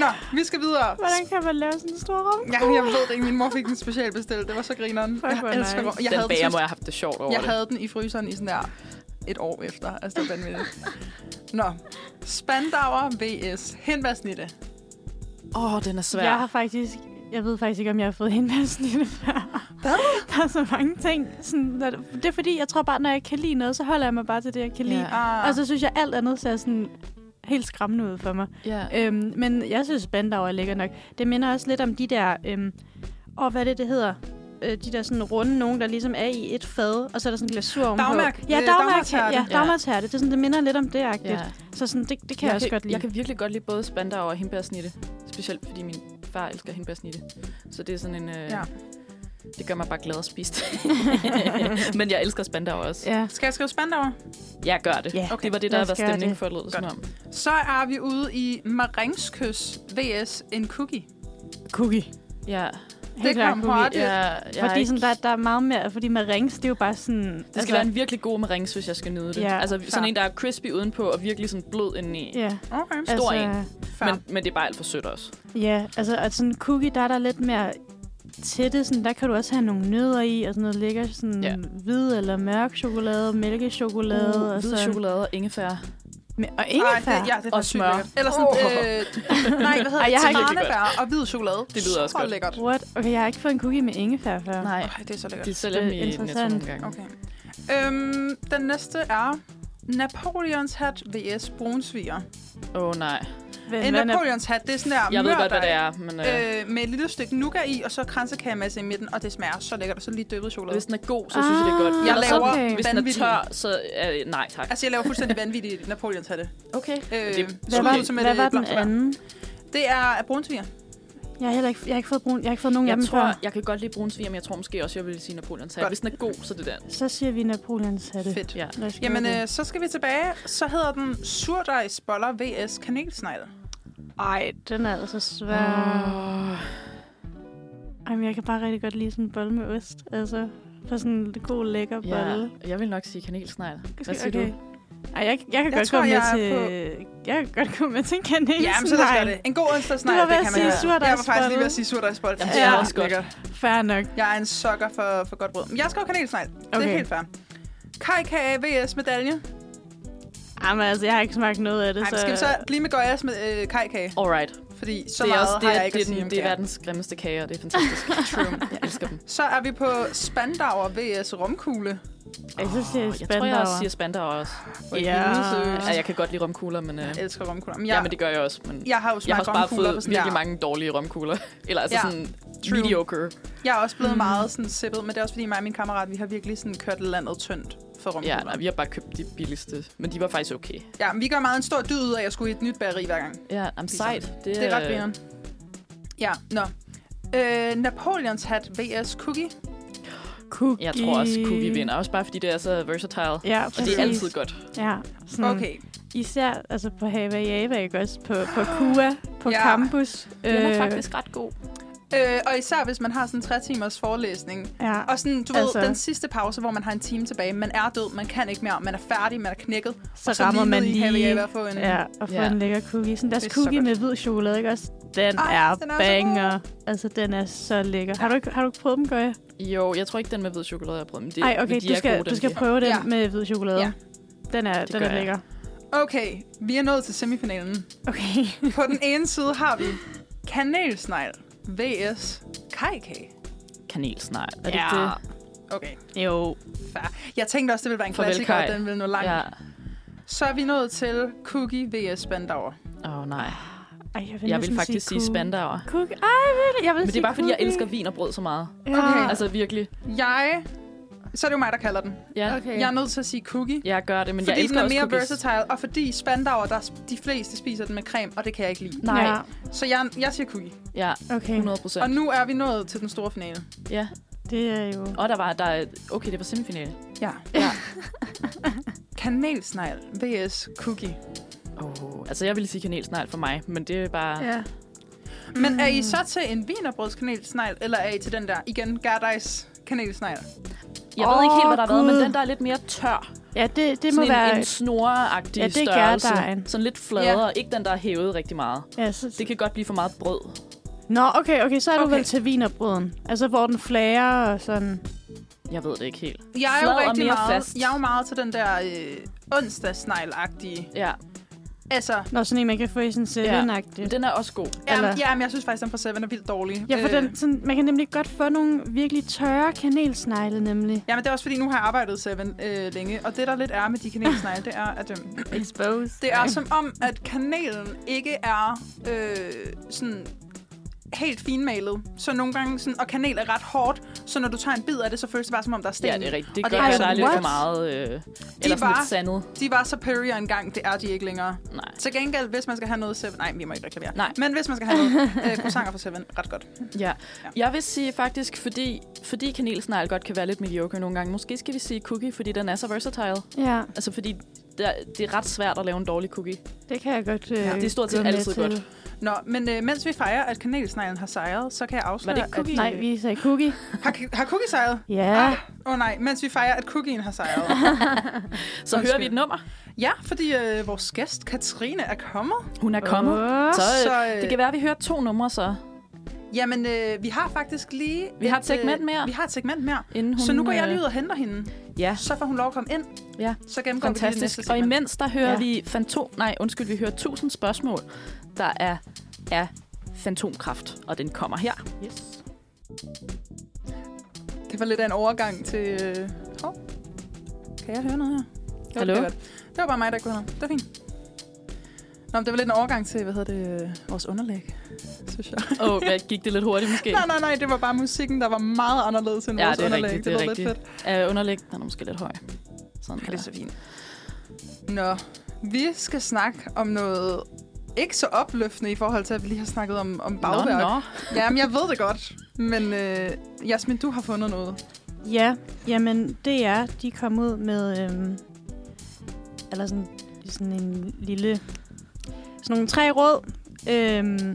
Nå, vi skal videre. Hvordan kan man lave sådan en stor romkugle? Ja, jeg ved det ikke. Min mor fik den specialbestilt. Det var så grineren. Fuck, hvor Jeg elsker nice. rom. Jeg Den havde bager den, må jeg have haft det sjovt over jeg det. havde den i fryseren i sådan der et år efter. Altså, det var vanvittigt. Nå, Spandauer vs hindbærsnitte. Åh, oh, den er svær. Jeg har faktisk... Jeg ved faktisk ikke, om jeg har fået hindbærsnitte før. Hvad? Der er så mange ting. Sådan, når det, det er fordi, jeg tror bare, når jeg kan lide noget, så holder jeg mig bare til det, jeg kan lide. Ja. Ah. Og så synes jeg, alt andet ser sådan helt skræmmende ud for mig. Ja. Øhm, men jeg synes, Spandauer er lækker nok. Det minder også lidt om de der... Øhm, åh, hvad er det, det hedder? Øh, de der sådan runde nogen, der ligesom er i et fad, og så er der sådan en glasur ovenpå. Dagmærk. Ja, Øh, dagmærk. dagmærkshærte. Ja, dagmærkshærte. Det, er sådan, det minder lidt om det, agtigt. Ja. Så sådan, det, det kan jeg, Jeg, jeg også kan, godt lide. jeg kan virkelig godt lide både Spandauer og hindbærsnitte. Specielt fordi min far elsker hindbærsnitte. Så det er sådan en... Øh, Ja. Det gør mig bare glad at spise. Men jeg elsker Spandauer også. Ja. Skal jeg skrive Spandauer? Jeg gør det. Ja. Okay. Det var det, der Lad os var gøre stemning det. for, lød det som om. Så er vi ude i maringskys vs en cookie. Cookie. Ja. Helt kom klart hurtigt. Ja, jeg er Fordi ikke- sådan, der, der er meget mere... Fordi med rings, det er jo bare sådan... Det skal altså, være en virkelig god meringue, hvis jeg skal nyde det. Ja, altså sådan fair. en, der er crispy udenpå og virkelig sådan blød indeni. Ja, Okay. Stor altså, Fair. Men, men det er bare alt for sødt også. ja, altså at sådan en cookie, der er der lidt mere tætte. Sådan, der kan du også have nogle nødder i, og sådan noget lækker sådan Ja. ja. hvid eller mørk chokolade, mælkechokolade. Uh, og hvid så, chokolade og ingefær. Med, og Ej, ingefær. det, ja, det er Og faktisk sygt smør. lækkert. Eller sådan, Åh. øh, nej, hvad hedder Ej, det? jeg har ikke- Bananebær og hvid chokolade. Det lyder også så godt. lækkert. What? Okay, jeg har ikke fået en cookie med ingefær før. Nej, Ej, det er så lækkert. de sælger dem Det er i Netto interessant. nogle gange. Okay. Øhm, den næste er Napoleons hat vs brunsviger. Åh oh, nej. Hvem, En hvad er- Napoleons hat, det er sådan der Jeg ved godt, hvad det mørdej, er, men øh, Øh, med et lille stykke nougat i, og så kransekagemasse i midten, og det smager så lækkert, og så lige dyppet chokolade. hvis den er god, så synes jeg, det er godt. Ah, Jeg Ellers laver så, okay. hvis den er vanvittige- tør, så øh, nej tak. Altså, jeg laver fuldstændig vanvittige Napoleons hatte. Okay. Øh, Det- Hvad skud var, ud til med hvad det var den blomsterbær. anden? Det er brunsviger. Jeg har heller ikke, jeg har ikke fået brun, jeg har ikke fået nogen af Jeg dem tror, før. jeg kan godt lide brunsviger, men jeg tror måske også, jeg vil sige Napoleons hat. Godt. Hvis den er god, så er det den. Så siger vi Napoleons hatte. Fedt. Ja. Lad os gøre Jamen, det. øh, så skal vi tilbage. Så hedder den surdejsboller vs kanelsnegle. Ej, den er altså svær. Oh. Ej, men jeg kan bare rigtig godt lide sådan en bolle med ost. Altså, for sådan en god, lækker bolle. Ja, jeg vil nok sige kanelsnegl. Hvad siger okay. du? Ej, jeg, jeg kan Jeg godt tror, gå med jeg er til... Jeg kan godt gå med til en kanelsnegl. Ja, men så lad os gøre det. En god onsdagsnegl, Du var ved det at kan man sige have. Jeg var faktisk surdejsbolle. lige ved at sige surdejsbolle. Jamen, det er Ja, også godt. lækkert. Fair nok. Jeg er en sokker for, for godt brød. Men jeg skal jo kanelsnegl. Det er Okay. helt fair. Kajkage vs medalje. Jamen, altså, jeg har ikke smagt noget af det, Ej, så... men skal vi så blive med Goyas med øh, kajkage? Alright. Fordi så det er meget også, det har er, jeg ikke det, at sige er, om det er kager. verdens grimmeste kager, det er fantastisk. True. Jeg elsker dem. Så er vi på Spandauer vs romkugle. Ej, så siger jeg Jeg tror, jeg også Spandauer. siger Spandauer også. Ja. Ja, jeg kan godt lide romkugler, men... Øh, Jeg elsker romkugler. Men ja, jeg, men det gør jeg også. Men jeg har jo jeg har smagt også bare romkugler på fået sådan virkelig der. mange dårlige romkugler. Eller altså Ja. sådan True. mediocre. Jeg er også blevet Mm. meget sådan sippet, men det er også fordi mig og min kammerat, vi har virkelig sådan kørt landet tyndt for romkugler. Ja, nej, vi har bare købt de billigste. Men de var faktisk okay. Ja, men vi gør meget en stor dyd ud af, at jeg skulle i et nyt bageri hver gang. Ja, I'm sejt. Det, Det er ret grineren. Ja, nå. Øh, Napoleons hat vs cookie. Cookie. Jeg tror også, Cookie vinder. Også bare fordi det er så versatile. Ja, Og det er altid godt. Ja, sådan, Okay. Især altså på Havajava, ikke også? På, på Kua, på Ja. campus. Den er faktisk ret god. Øh, og især hvis man har sådan en tre timers forelæsning. Ja, Og sådan, du Altså- ved, den sidste pause, hvor man har en time tilbage. Man er død, man kan ikke mere. Man er færdig, man er knækket. så, og så rammer lige man ned i lige Havajava og få en... ja, og få Ja. en lækker cookie. Sådan deres Det er så cookie godt. med hvid chokolade, ikke også? Den Ej, er den er så banger. Altså, den er så lækker. Har du ikke, har du ikke prøvet dem, Gøje? Jo, jeg tror ikke, den med hvid chokolade, jeg har prøvet. Men det, Nej, okay, de du er skal, gode, du dem, skal de- prøve den Ja. med hvid chokolade. Ja. Den er, Det den gør er jeg. lækker. Okay, vi er nået til semifinalen. Okay. På den ene side har vi kanelsnegl vs kajkage. Kanelsnegl. Er det Ja. ikke det? Okay, Jo. fair. Jeg tænkte også, det ville være en Farvel, klassiker, og Kaj. den ville nå langt. Ja. Så er vi nået til cookie vs Spandauer. Åh, oh, nej. Ej, jeg vil, Jeg næsten vil faktisk sige cookie. Spandauer. Cookie. Ej, virkelig. Jeg vil Men det er sige bare, fordi jeg cookie. elsker vin og brød så meget. Ja. Okay. Altså virkelig. Jeg... Så er det jo mig, der kalder den. Ja, Okay. Jeg er nødt til at sige cookie. jeg gør det, men Fordi jeg elsker den er også mere cookies. versatile, og fordi Spandauer, der s- de fleste spiser den med creme, og det kan jeg ikke lide. Nej. Ja. Så jeg, jeg siger cookie. Ja, Okay. hundrede procent. Og nu er vi nået til den store finale. Ja. Det er jo... Og der var, der, okay, det var semifinale. Ja. Ja. Kanelsnegl vs cookie. Oh, altså, jeg ville sige kanelsnegl for mig, men det er bare... Ja. Men er I så til en wienerbrødskanelsnegl, eller er I til den der, igen, Gerdejs kanelsnegl? Jeg ved ikke helt, hvad der har Åh, været, men Gud. den der er lidt mere tør. Ja, det, det må sådan være... en, en snoragtig ja, det er størrelse. gærdejen. Sådan lidt fladere. Ja. Ikke den, der er hævet rigtig meget. Ja, så... Det kan godt blive for meget brød. Nå, okay, okay, så er du Okay. vel til wienerbrøden. Altså, hvor den flager og sådan... Jeg ved det ikke helt. Jeg er Flad jo og rigtig mere meget, fast. jeg er jo meget til den der øh, onsdagsnegl-agtige. Ja, Altså, Nå, sådan en, man kan få i sådan seven-agtigt. men den er også god. jamen, Eller- jamen, jeg synes faktisk, den fra Seven er vildt dårlig. Ja, for den, sådan, man kan nemlig godt få nogle virkelig tørre kanelsnegle, nemlig. Jamen, det er også fordi, nu har jeg arbejdet Seven øh, længe, og det, der lidt er med de kanelsnegle, det er, at øh, Exposed. det er som om, at kanelen ikke er øh, sådan helt finmalet. Så nogle gange, sådan, og kanel er ret hårdt, så når du tager en bid af det, så føles det bare som om, der er sten. Ja, det er rigtigt. Det Og kan det godt er være, der er lidt what? for meget... Øh, eller sådan var- lidt sandet. De var superior engang, det er de ikke længere. Nej. Til gengæld, hvis man skal have noget Seven... Nej, vi må ikke reklamere. Nej. Men hvis man skal have noget øh, croissanter fra Seven, ret godt. Ja. Ja. Jeg vil sige faktisk, fordi, fordi kanelsnegl godt kan være lidt mediocre nogle gange. Måske skal vi sige cookie, fordi den er så versatile. Ja, Altså, fordi der, det er ret svært at lave en dårlig cookie. det kan jeg godt øh, Ja, det er stort set gå med altid til. godt. Nå, men øh, mens vi fejrer, at kanelsneglen har sejret, så kan jeg afsløre, Var det ikke cookie? at... Nej, vi sagde cookie. Har, har cookie sejret? Ja. Åh oh, nej, mens vi fejrer, at cookien har sejret. Så Undskyld. hører vi et nummer. Ja, fordi øh, vores gæst, Katrine, er kommet. Hun er kommet. Åh. Så, Så, øh, øh, det kan være, at vi hører to numre så, Jamen, øh, vi har faktisk lige... Vi har et segment mere. Øh, vi har et segment mere. inden hun... Så nu går jeg øh, lige ud og henter hende. Ja, Så får hun lov at komme ind. Ja. Så gennemgår vi lige det næste fantastisk. Og segment. imens der hører Ja. ja. vi fantom... Nej, undskyld, vi hører tusind spørgsmål, der er af fantomkraft. Og den kommer her. Yes. Det var lidt af en overgang til... Øh... Hov. Kan jeg høre noget her? Jo, Hallo? Det, er godt. Det var bare mig, der ikke kunne høre noget. Det var fint. Nå, men det var lidt en overgang til, hvad hedder det, øh, vores underlæg, synes jeg. Åh, oh, gik det lidt hurtigt måske? nej, nej, nej, det var bare musikken, der var meget anderledes end Ja, vores det er underlæg. rigtigt, det er var rigtigt. lidt fedt. Uh, underlæg, den er måske lidt høj. Sådan Ja, det er der. så fint. Nå, vi skal snakke om noget ikke så opløftende i forhold til, at vi lige har snakket om, om bagværk. Nå, nå. Jamen, jeg ved det godt. Men øh, Jasmin, du har fundet noget. Ja, jamen det er, de kom ud med, øhm, eller sådan, sådan en lille, sådan nogle tre råd, øhm,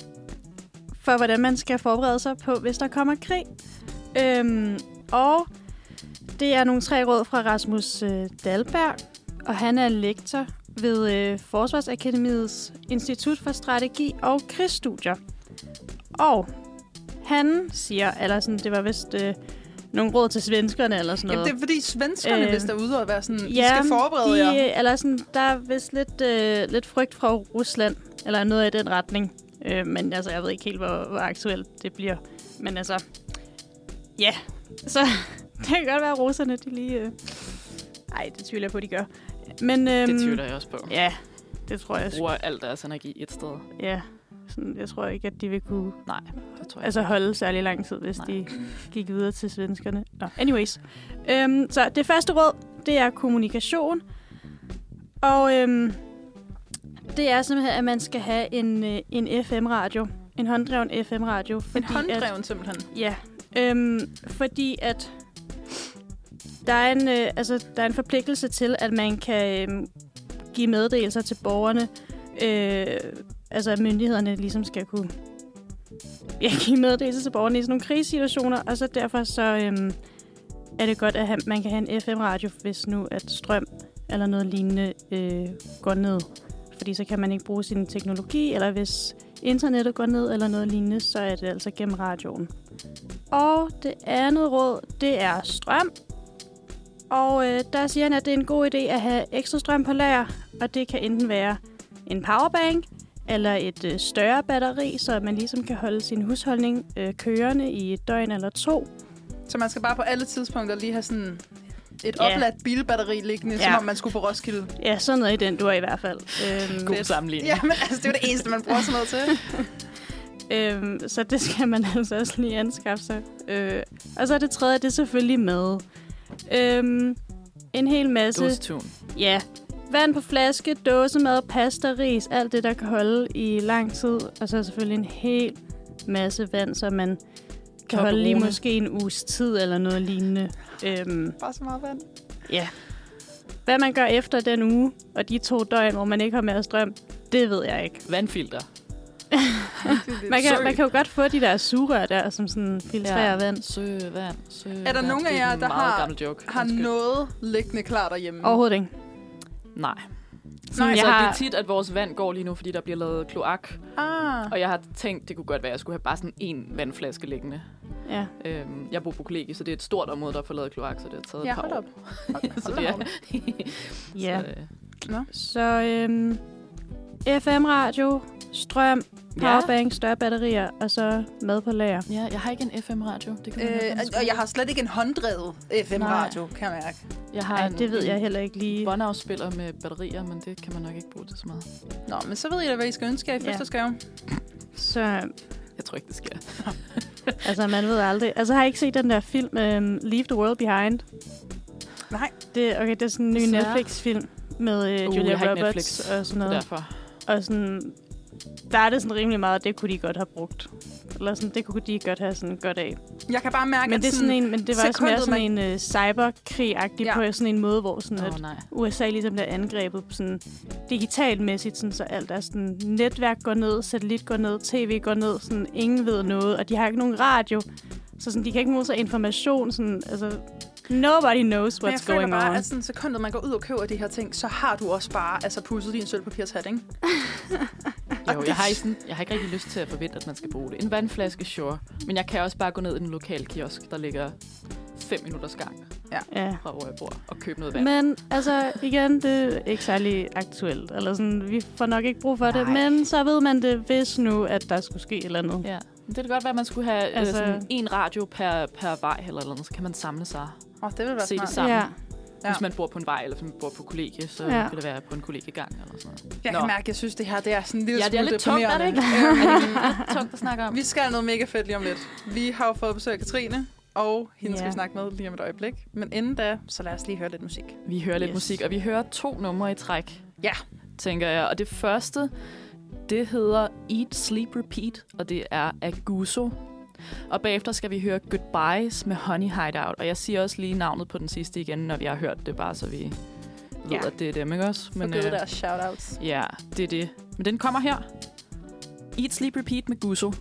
for hvordan man skal forberede sig på, hvis der kommer krig. Øhm, og det er nogle tre råd fra Rasmus øh, Dahlberg, og han er lektor ved øh, Forsvarsakademiets Institut for Strategi og Krigsstudier. Og han siger, eller sådan, det var vist øh, nogle råd til svenskerne eller sådan Jamen, noget. det er fordi svenskerne, Øh, hvis der er ude og være sådan, I Ja, skal forberede de, jer. eller sådan, der er vist lidt, øh, lidt frygt fra Rusland, eller noget i den retning. Øh, men altså, jeg ved ikke helt, hvor, hvor aktuelt det bliver. Men altså, ja. Yeah. Så det kan godt være, at russerne, de lige... Øh... Ej, det tvivler jeg på, de gør. Men, øhm, Det tvivler jeg også på. Ja, det tror jeg. Bruger alt deres energi et sted. Ja, sådan, jeg tror ikke, at de vil kunne Nej, det tror jeg altså holde særlig lang tid, hvis Nej. de gik videre til svenskerne. Nå, anyways. Øhm, så det første råd, det er kommunikation. Og øhm, det er simpelthen, at man skal have en, øh, en F M-radio. En hånddreven F M-radio. En fordi hånddreven At, simpelthen. ja, øhm, fordi at der er, en, øh, altså, der er en forpligtelse til, at man kan øh, give meddelelser til borgerne. Øh, altså, at myndighederne ligesom skal kunne ja, give meddelelser til borgerne i sådan nogle krisesituationer. Og så derfor så øh, er det godt, at have, man kan have en F M-radio, hvis nu at strøm eller noget lignende øh, går ned. Fordi så kan man ikke bruge sin teknologi, eller hvis internettet går ned eller noget lignende, så er det altså gennem radioen. Og det andet råd, det er strøm. Og øh, der siger han, at det er en god idé at have ekstra strøm på lager, og det kan enten være en powerbank eller et øh, større batteri, så man ligesom kan holde sin husholdning øh, kørende i et døgn eller to. Så man skal bare på alle tidspunkter lige have sådan et Ja. opladt bilbatteri liggende, Ja. som om man skulle på Roskilde. Ja, sådan noget i den du er i hvert fald. Øhm, God Fedt. sammenligning. Ja, men altså, det er jo det eneste, man bruger sådan noget til. Øhm, så det skal man altså også lige anskaffe sig. Øh, og så er det tredje, det er selvfølgelig mad. Øhm, en hel masse... Dåsetun. Ja, vand på flaske, dåsemad, pasta, ris, alt det, der kan holde i lang tid. Og så selvfølgelig en hel masse vand, så man kan holde i Toblerone. måske en uges tid eller noget lignende. Øhm, Bare så meget vand. ja. Hvad man gør efter den uge, og de to døgn, hvor man ikke har mere strøm, det ved jeg ikke. Vandfilter. Man kan, man kan jo godt få de der sugerør der, som sådan filtrerer ja. vand. Søvand, søvand. Er der nogen af jer, der har, har Undskyld. noget liggende klar derhjemme? Overhovedet ikke. Nej. Nej, jeg jeg har... har... det er tit, at vores vand går lige nu, fordi der bliver lavet kloak. Ah. Og jeg har tænkt, det kunne godt være, at jeg skulle have bare sådan en vandflaske liggende. Ja. Øhm, jeg bor på kollegie, så det er et stort område, der får lavet kloak, så det har taget ja, et par hold år. op. Hold, så hold det er... ja. Så, øh... Nå. Så øhm, F M-radio, strøm, powerbank, større batterier, og så mad på lager. Ja, jeg har ikke en F M-radio. Det kan man øh, og jeg har slet ikke en hånddrevet F M-radio, kan jeg mærke. Jeg har Ej, en, det ved jeg heller ikke lige. båndafspiller med batterier, men det kan man nok ikke bruge til så meget. Nå, men så ved jeg da, hvad I skal ønske jer i Ja. fødselsdagsgave. Så, Jeg tror ikke, det sker. altså, man ved aldrig. Altså, har I ikke set den der film, um, Leave the World Behind? Nej. Det, okay, det er sådan en ny Desværre. Netflix-film med uh, Uh, jeg Julia har ikke Roberts Netflix, og sådan noget. Derfor. Og sådan, der er det sådan rimelig meget, det kunne de godt have brugt. Eller sådan, det kunne de godt have sådan godt af. Jeg kan bare mærke, Men at det er sådan en, men det var også mere sekundet, sådan man- en uh, cyberkrig-agtig Ja. på sådan en måde, hvor sådan, Åh, at oh, nej. U S A ligesom bliver angrebet sådan digitalmæssigt, sådan, så alt er sådan, netværk går ned, satellit går ned, tv går ned, sådan, ingen ved noget, og de har ikke nogen radio, så sådan, de kan ikke modtage information, sådan, altså, nobody knows Men jeg what's føler going bare, on. at sådan sekundet, man går ud og køber de her ting, så har du også bare altså, pudset din sølvpapirshat, ikke? Jo, jeg har, ikke sådan, jeg har ikke rigtig lyst til at forvente, at man skal bruge det. En vandflaske, sure. Men jeg kan også bare gå ned i den lokale kiosk, der ligger fem minutters gang Ja. fra, hvor jeg bor, og købe noget vand. Men altså, igen, det er ikke særlig aktuelt. Eller sådan, vi får nok ikke brug for det, Nej. men så ved man det, hvis nu, at der skulle ske et eller andet. Ja. Det kan godt være, at man skulle have Altså- altså, sådan en radio per, per vej eller eller andet, så kan man samle sig. Åh, oh, det vil være Se det smart. sammen. Ja. Ja. Hvis man bor på en vej, eller hvis man bor på kollegie, så Ja. ja. kan det være på en kollegiegang eller sådan noget. Jeg Nå. kan mærke, at jeg synes, det her det er sådan en lille Ja, det er smule lidt tungt, er det deprimerende. ikke? Øhm, Er det ikke lidt tungt at snakke om? Vi skal noget mega fedt lige om lidt. Vi har jo fået besøg af Katrine, og hende skal Ja. vi snakke med lige om et øjeblik. Men inden da, så lad os lige høre lidt musik. Vi hører lidt Yes. musik, og vi hører to numre i træk. Ja. Tænker jeg. Og det første, det hedder Eat, Sleep, Repeat, og det er af Guso. Og bagefter skal vi høre Goodbyes med Honey Hideout. Og jeg siger også lige navnet på den sidste igen, når vi har hørt det, bare så vi ved, Ja. at det er dem, ikke også? Men, og givet deres shoutouts. Ja, det er det. Men den kommer her. Eat, Sleep, Repeat med Guso.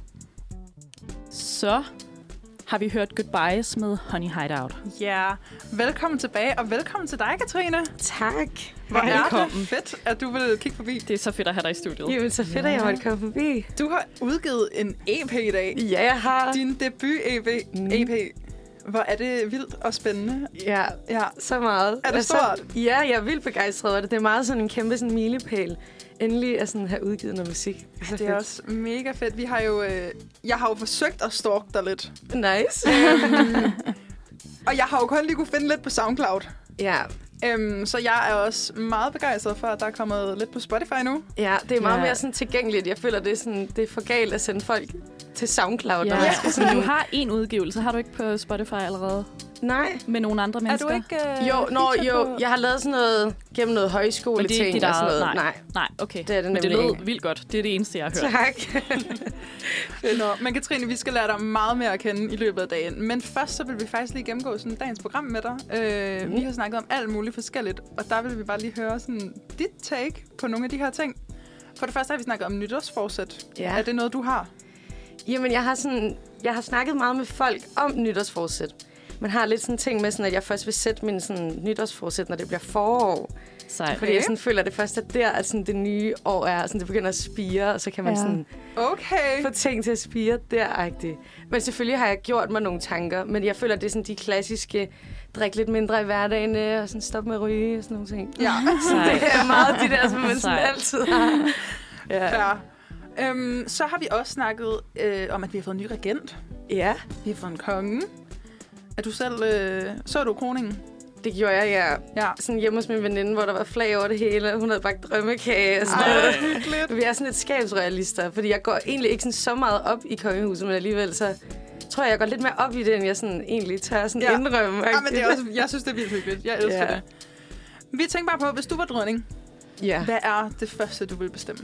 Så har vi hørt Goodbyes med Honey Hideout. Ja, velkommen tilbage, og velkommen til dig, Katrine. Tak. Hvor er Velkommen. det fedt, at du vil kigge forbi. Det er så fedt at have dig i studiet. Jamen, så fedt, at jeg måtte komme forbi. Du har udgivet en E P i dag. Ja, jeg har. Din debut-E P. Mm. E P. Hvor er det vildt og spændende. Ja, Ja. så meget. Er det Altså, stort? Ja, jeg er vildt begejstret over det. Det er meget sådan en kæmpe sådan milepæl. Endelig at sådan have udgivet noget musik. Så Det er også mega fedt. Vi har jo, øh, jeg har jo forsøgt at stalke dig lidt. nice. Øhm, og jeg har jo kun lige kunne finde lidt på SoundCloud. Ja, Øhm, så jeg er også meget begejstret for, at der er kommet lidt på Spotify nu. ja, det er meget Ja. mere sådan tilgængeligt. Jeg føler, det er, sådan, det er for galt at sende folk til SoundCloud. Ja, når man skal sådan, du har en udgivelse. Har du ikke på Spotify allerede? Nej. Med nogle andre Er mennesker? du ikke øh, Jo, nå, feature jo, på- jeg har lavet sådan noget gennem noget højskole Men det er ikke ting dit og sådan eget- noget. nej. Nej, Nej, okay. det er det Men det nemlig lød ikke. vildt godt. Det er det eneste, jeg har hørt. Tak. Nå, men Katrine, vi skal lære dig meget mere at kende i løbet af dagen. Men først så vil vi faktisk lige gennemgå sådan dagens program med dig. Øh, Mm. Vi har snakket om alt muligt forskelligt, og der vil vi bare lige høre sådan dit take på nogle af de her ting. For det første har vi snakket om nytårsforsæt. Ja. Er det noget, du har? Jamen, jeg har, sådan, jeg har snakket meget med folk om nytårsforsæt. Man har lidt sådan en ting med, sådan, at jeg først vil sætte min sådan, nytårsforsæt, når det bliver forår. Sejt. Fordi jeg sådan, føler, at det først er der, at sådan, det nye år er. Sådan, det begynder at spire, og så kan man Ja. sådan, Okay. få ting til at spire der-agtigt. Men selvfølgelig har jeg gjort mig nogle tanker, men jeg føler, at det er sådan de klassiske, drik lidt mindre i hverdagen, og sådan stop med at ryge og sådan nogle ting. Ja. Sejt. Det er meget de der, som man sådan Sejt. altid har. Ja. Ja. Øhm, så har vi også snakket øh, om, at vi har fået en ny regent. ja, Vi har fået en konge. Er du selv... Øh, så du kroningen? det gjorde jeg, ja. Ja. Sådan hjemme hos min veninde, hvor der var flag over det hele, og hun havde bagt drømmekage og sådan Ej, noget. hyggeligt. Vi er sådan lidt skabsrealister, fordi jeg går egentlig ikke sådan så meget op i kongehuset, men alligevel så tror jeg, jeg går lidt mere op i det, end jeg sådan egentlig tør sådan Ja. indrømme. Ja, men det er også, jeg synes, det er vildt hyggeligt. Jeg elsker Ja. det. Vi tænker bare på, hvis du var dronning, Ja. hvad er det første, du vil bestemme?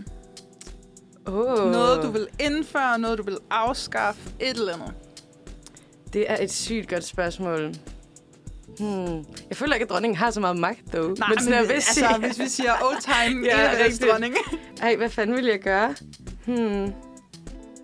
Oh. Noget, du vil indføre, noget, du vil afskaffe, et eller andet. Det er et sygt godt spørgsmål. Hmm. Jeg føler ikke, at dronningen har så meget magt, dog. Nej, men, sådan, men jeg altså, sige- hvis vi siger old time, Ja, ja, rigtigt. dronning. Ej, hvad fanden vil jeg gøre? Hmm.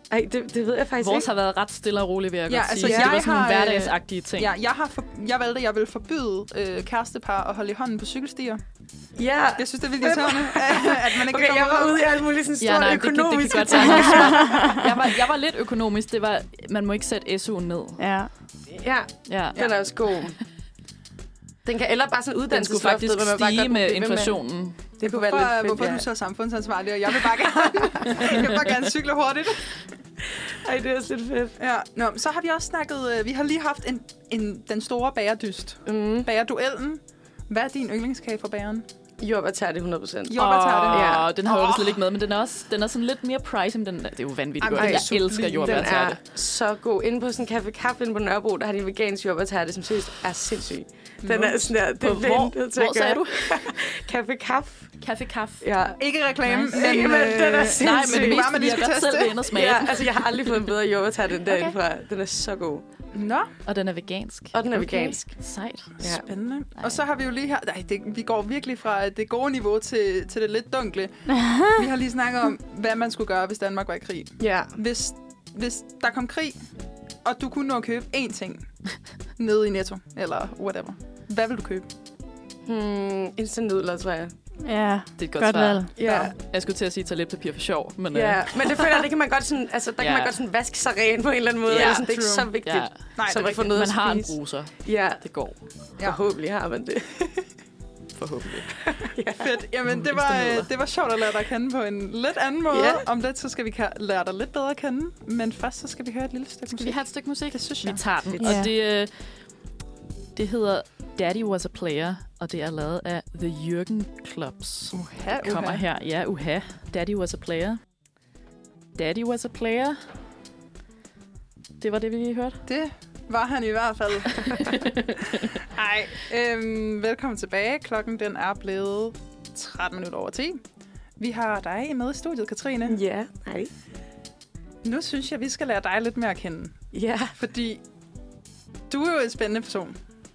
Ej, det, det ved jeg faktisk Vores ikke. har været ret stille og roligt, vil jeg Ja, godt altså, sige. jeg Det var sådan nogle har, øh, hverdagsagtige ting. Ja, jeg, har for, jeg valgte, at jeg ville forbyde øh, kærestepar at holde i hånden på cykelstier. Ja. Jeg synes, det er vildt irriterende, at man ikke Okay, kan jeg komme var ud. ude i alt muligt sådan stort Ja, nej, det, det, det økonomisk. kan godt være. jeg, var, jeg var lidt økonomisk. Det var, man må ikke sætte S U'en ned. Ja. Ja, Ja. den er også god. Den kan eller bare sådan Den skulle uddannelsesloftet, faktisk hvor man bare stige godt med blive ved inflationen. Det kunne være Hvorfor, lidt fedt, hvorfor ja. er du så samfundsansvarlig, og jeg vil bare gerne, jeg vil bare gerne cykle hurtigt. Ej, det er også lidt fedt. Ja. Nå, så har vi også snakket, øh, vi har lige haft en, en, den store bagerdyst. Mm. Bagerduellen. Hvad er din yndlingskage fra bageren? Jordbærtærte hundrede procent. Jordbærtærte. Åh, Ja. den har jeg jo Åh. slet ikke med, men den er også den er sådan lidt mere price end den der. Det er jo vanvittigt Ej, godt. men Jeg det er elsker sublime. Den jordbærtærte. er så god. Inde på sådan en Café Kaffe inde på Nørrebro, der har de vegansk jordbærtærte, som seriøst er sindssyg. Den er sådan der, det På er hvor, ventet til at hvor sagde gøre. du? Café Kaffe. Kaffe kaffe. Ja. Ikke reklame, Nice. men, Ikke, men den er øh, sindssyg. Nej, men det er mest, Bare man fordi lige jeg skal godt teste. selv vil ind og smage Ja, den. altså jeg har aldrig fået en bedre jordbærtærte end derinde fra. Den er så god. Nå, Og den er vegansk. Og den er Okay. vegansk. Sejt. Ja. spændende. Nej. Og så har vi jo lige her... Nej, det, vi går virkelig fra det gode niveau til, til det lidt dunkle. Vi har lige snakket om, hvad man skulle gøre, hvis Danmark var i krig. Ja. Hvis, hvis der kom krig, og du kunne nå at købe én ting nede i Netto, eller whatever. Hvad vil du købe? Hmm, instant nudler, tror jeg. Ja, Det er et godt, godt svar. valg. Ja. Jeg skulle til at sige toiletpapir for sjov, men... Ja, øh, men det føler jeg, det kan man godt sådan, altså der kan Ja. man godt sådan vaske sig ren på en eller anden måde. Ja, Ja, sådan, det er ikke true. så vigtigt. ja, Nej, Som det er at få rigtigt. noget man at har en spise. bruser. Ja, Det går. Ja. forhåbentlig har man det. Forhåbentlig. Fedt. Jamen, det var, Instant-nudler. øh, det var sjovt at lære dig at kende på en lidt anden måde. Ja. Om lidt, så skal vi ka- lære dig lidt bedre at kende. Men først, så skal vi høre et lille stykke Skal vi musik. have et stykke musik? Det synes Vi jeg. tager den. Ja. Og det, øh, det hedder Daddy Was a Player, og det er lavet af The Jürgen Clubs. Uha, Det kommer her. Ja, uha. Daddy Was a Player. Daddy Was a Player. Det var det, vi lige hørte. Det var han i hvert fald. Ej, øhm, velkommen tilbage. Klokken den er blevet tretten minutter over ti. Vi har dig med i studiet, Katrine. Ja, nej. Nu synes jeg, vi skal lære dig lidt mere at kende. Ja. Fordi du er jo en spændende person.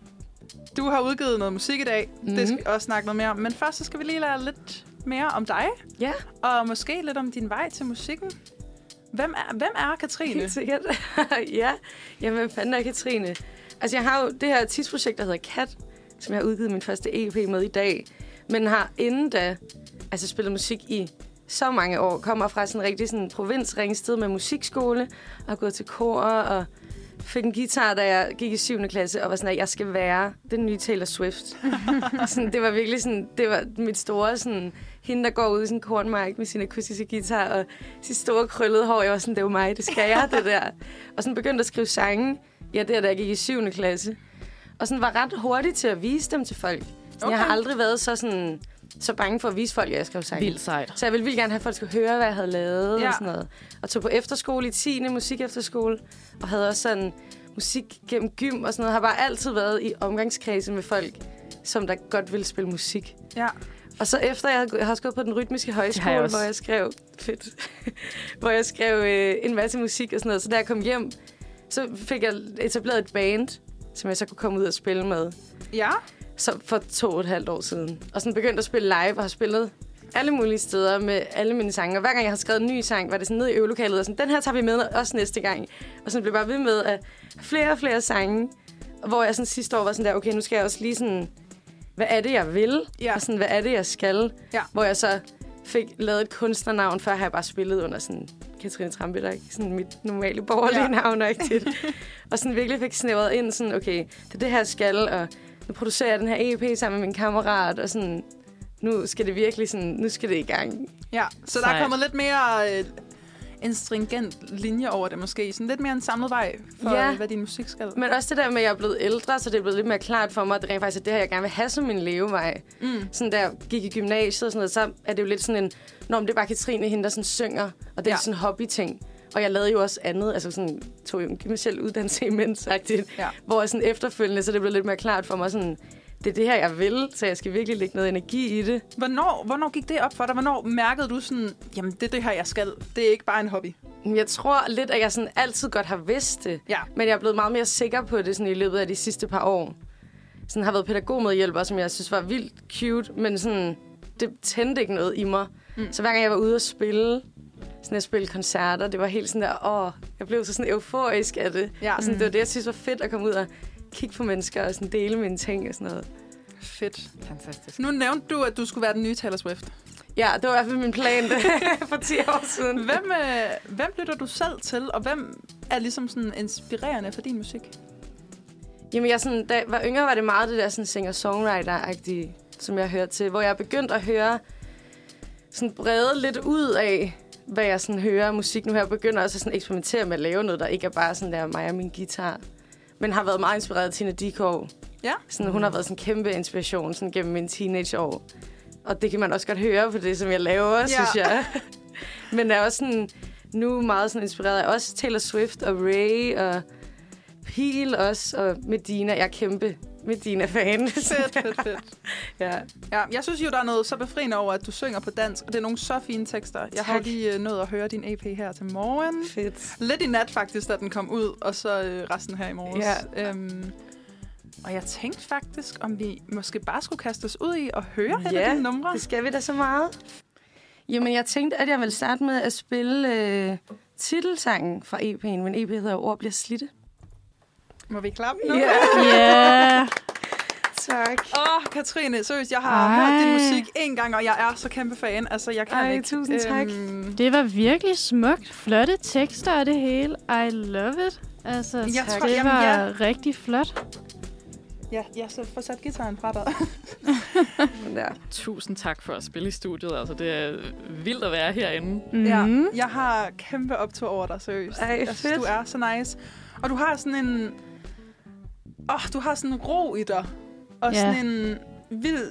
Du har udgivet noget musik i dag. Mm-hmm. Det skal vi også snakke noget mere om. Men først så skal vi lige lære lidt mere om dig. Ja, Og måske lidt om din vej til musikken. Hvem er, hvem er Katrine? helt sikkert. Ja, jamen hvad fanden er Katrine? Altså jeg har jo det her tidsprojekt, der hedder Kat, som jeg har udgivet min første E P med i dag. Men har inden da altså spillet musik i så mange år. Kommer fra sådan en rigtig sådan provinsringsted med musikskole. Og har gået til kor og fik en guitar, da jeg gik i syvende klasse. Og var sådan, at jeg skal være den nye Taylor Swift. Sådan, det var virkelig sådan, det var mit store sådan, hende, der går ud i sådan en kornmark med sin akustiske guitar og sit store krøllede hår. Jeg var sådan, det er jo mig, det skal jeg, det der. Og sådan begyndte at skrive sange. Ja, det er da jeg gik i syvende klasse. Og sådan var ret hurtig til at vise dem til folk. Sådan, okay. Jeg har aldrig været så sådan så bange for at vise folk, at jeg skrev sange. Vildt sejt. Så jeg ville vildt gerne have, at folk skulle høre, hvad jeg havde lavet Ja. og sådan noget. Og tog på efterskole i tiende musik efterskole. Og havde også sådan musik gennem gym og sådan noget. Har bare altid været i omgangskredse med folk, som der godt ville spille musik. Ja. Og så efter, jeg, havde, jeg har også gået på den rytmiske har jeg højskole, også. hvor jeg skrev, fedt, hvor jeg skrev øh, en masse musik og sådan noget. Så da jeg kom hjem, så fik jeg etableret et band, som jeg så kunne komme ud og spille med. Ja. Så for to og et halvt år siden. Og sådan begyndte at spille live og har spillet alle mulige steder med alle mine sange. Og hver gang jeg har skrevet en ny sang, var det sådan ned i øvelokalet og sådan, den her tager vi med også næste gang. Og sådan blev bare ved med at flere og flere sange, hvor jeg sådan sidste år var sådan der, okay, nu skal jeg også lige sådan, hvad er det, jeg vil? Ja. Og sådan, hvad er det, jeg skal? Ja. Hvor jeg så fik lavet et kunstnernavn, før har jeg bare spillet under sådan Katrine Trampe, der ikke sådan mit normale borgerlige Ja. ja. navn rigtigt. Og sådan virkelig fik snævret ind sådan, okay, det er det her, jeg skal, og nu producerer jeg den her E P sammen med min kammerat, og sådan, nu skal det virkelig sådan, nu skal det i gang. Ja, så der Sejt. er kommet lidt mere øh, en stringent linje over det måske. Sådan lidt mere en samlet vej for, Ja. ja. hvad din musik skal. Men også det der med, at jeg er blevet ældre, så det er blevet lidt mere klart for mig, at det rent faktisk er det her, jeg gerne vil have som min levevej. Mm. Sådan der gik i gymnasiet og sådan noget, så er det jo lidt sådan en, nå, men det er bare Katrine, hende der sådan synger, og det er Ja. sådan en hobbyting. Og jeg lavede jo også andet, altså sådan, tog jo en gymnasiel uddannelse imens, sagtigt, Ja. hvor jeg sådan efterfølgende, så det blev lidt mere klart for mig sådan, det er det her, jeg vil, så jeg skal virkelig lægge noget energi i det. Hvornår, hvornår gik det op for dig? Hvornår mærkede du sådan, jamen det er det her, jeg skal. Det er ikke bare en hobby. Jeg tror lidt, at jeg sådan altid godt har vidst det, Ja. men jeg er blevet meget mere sikker på det sådan i løbet af de sidste par år. Sådan har været pædagogmedhjælper, som jeg synes var vildt cute, men sådan, det tændte ikke noget i mig. Mm. Så hver gang jeg var ude at spille, sådan at spille koncerter. Det var helt sådan der, åh, jeg blev så sådan euforisk af det. Ja. Og sådan, det var det, jeg synes var fedt at komme ud og kigge på mennesker og sådan dele mine ting og sådan noget. Fedt. Fantastisk. Nu nævnte du, at du skulle være den nye Taylor Swift. Ja, det var i hvert fald min plan for ti år siden. Hvem, øh, hvem lytter du selv til, og hvem er ligesom sådan inspirerende for din musik? Jamen, jeg sådan, da jeg var yngre, var det meget det der sådan singer-songwriter-agtige, som jeg hørte til, hvor jeg begyndte at høre sådan brede lidt ud af, hvad jeg sådan hører musik nu her. Jeg begynder også at sådan eksperimentere med at lave noget, der ikke er bare sådan der mig og min guitar, men har været meget inspireret af Tina Dickow. Ja. Sådan, hun har været sådan en kæmpe inspiration sådan gennem mine teenageår. Og det kan man også godt høre på det, som jeg laver, ja. synes jeg. Men jeg er også sådan, nu meget sådan inspireret af også Taylor Swift og Ray og Peel også, og Medina. Jeg er kæmpe Medina-fan. Fedt, fedt, fedt. Ja. Ja, jeg synes jo, der er noget så befriende over, at du synger på dansk, og det er nogle så fine tekster. Jeg Tak. har lige nået at høre din E P her til morgen. Fedt. Lidt i nat faktisk, da den kom ud, og så øh, resten her i morges. Ja. Øhm, og jeg tænkte faktisk, om vi måske bare skulle kaste os ud i og høre et Ja, af dine numre. det skal vi da så meget. Jamen, jeg tænkte, at jeg ville starte med at spille øh, titelsangen fra E P'en. Men E P hedder Ord bliver slidte. Må vi klappe nu? Ja. Ja. Tak. Åh, oh, Katrine, seriøst, jeg har Ej. hørt din musik en gang, og jeg er så kæmpe fan. Altså, jeg kan Ej, ikke. tusind tak. Det var virkelig smukt. Flotte tekster og det hele. I love it. Altså, Jeg det tror- jamen, var ja. rigtig flot. Ja, jeg så får sat gitaren fra dig. Ja. Tusind tak for at spille i studiet. Altså, det er vildt at være herinde. Mm. Ja, jeg har kæmpe optur over dig, seriøst. Ej, Jeg synes, fedt. du er så nice. Og du har sådan en... Åh, oh, du har sådan en ro i dig. Og Ja. sådan en vild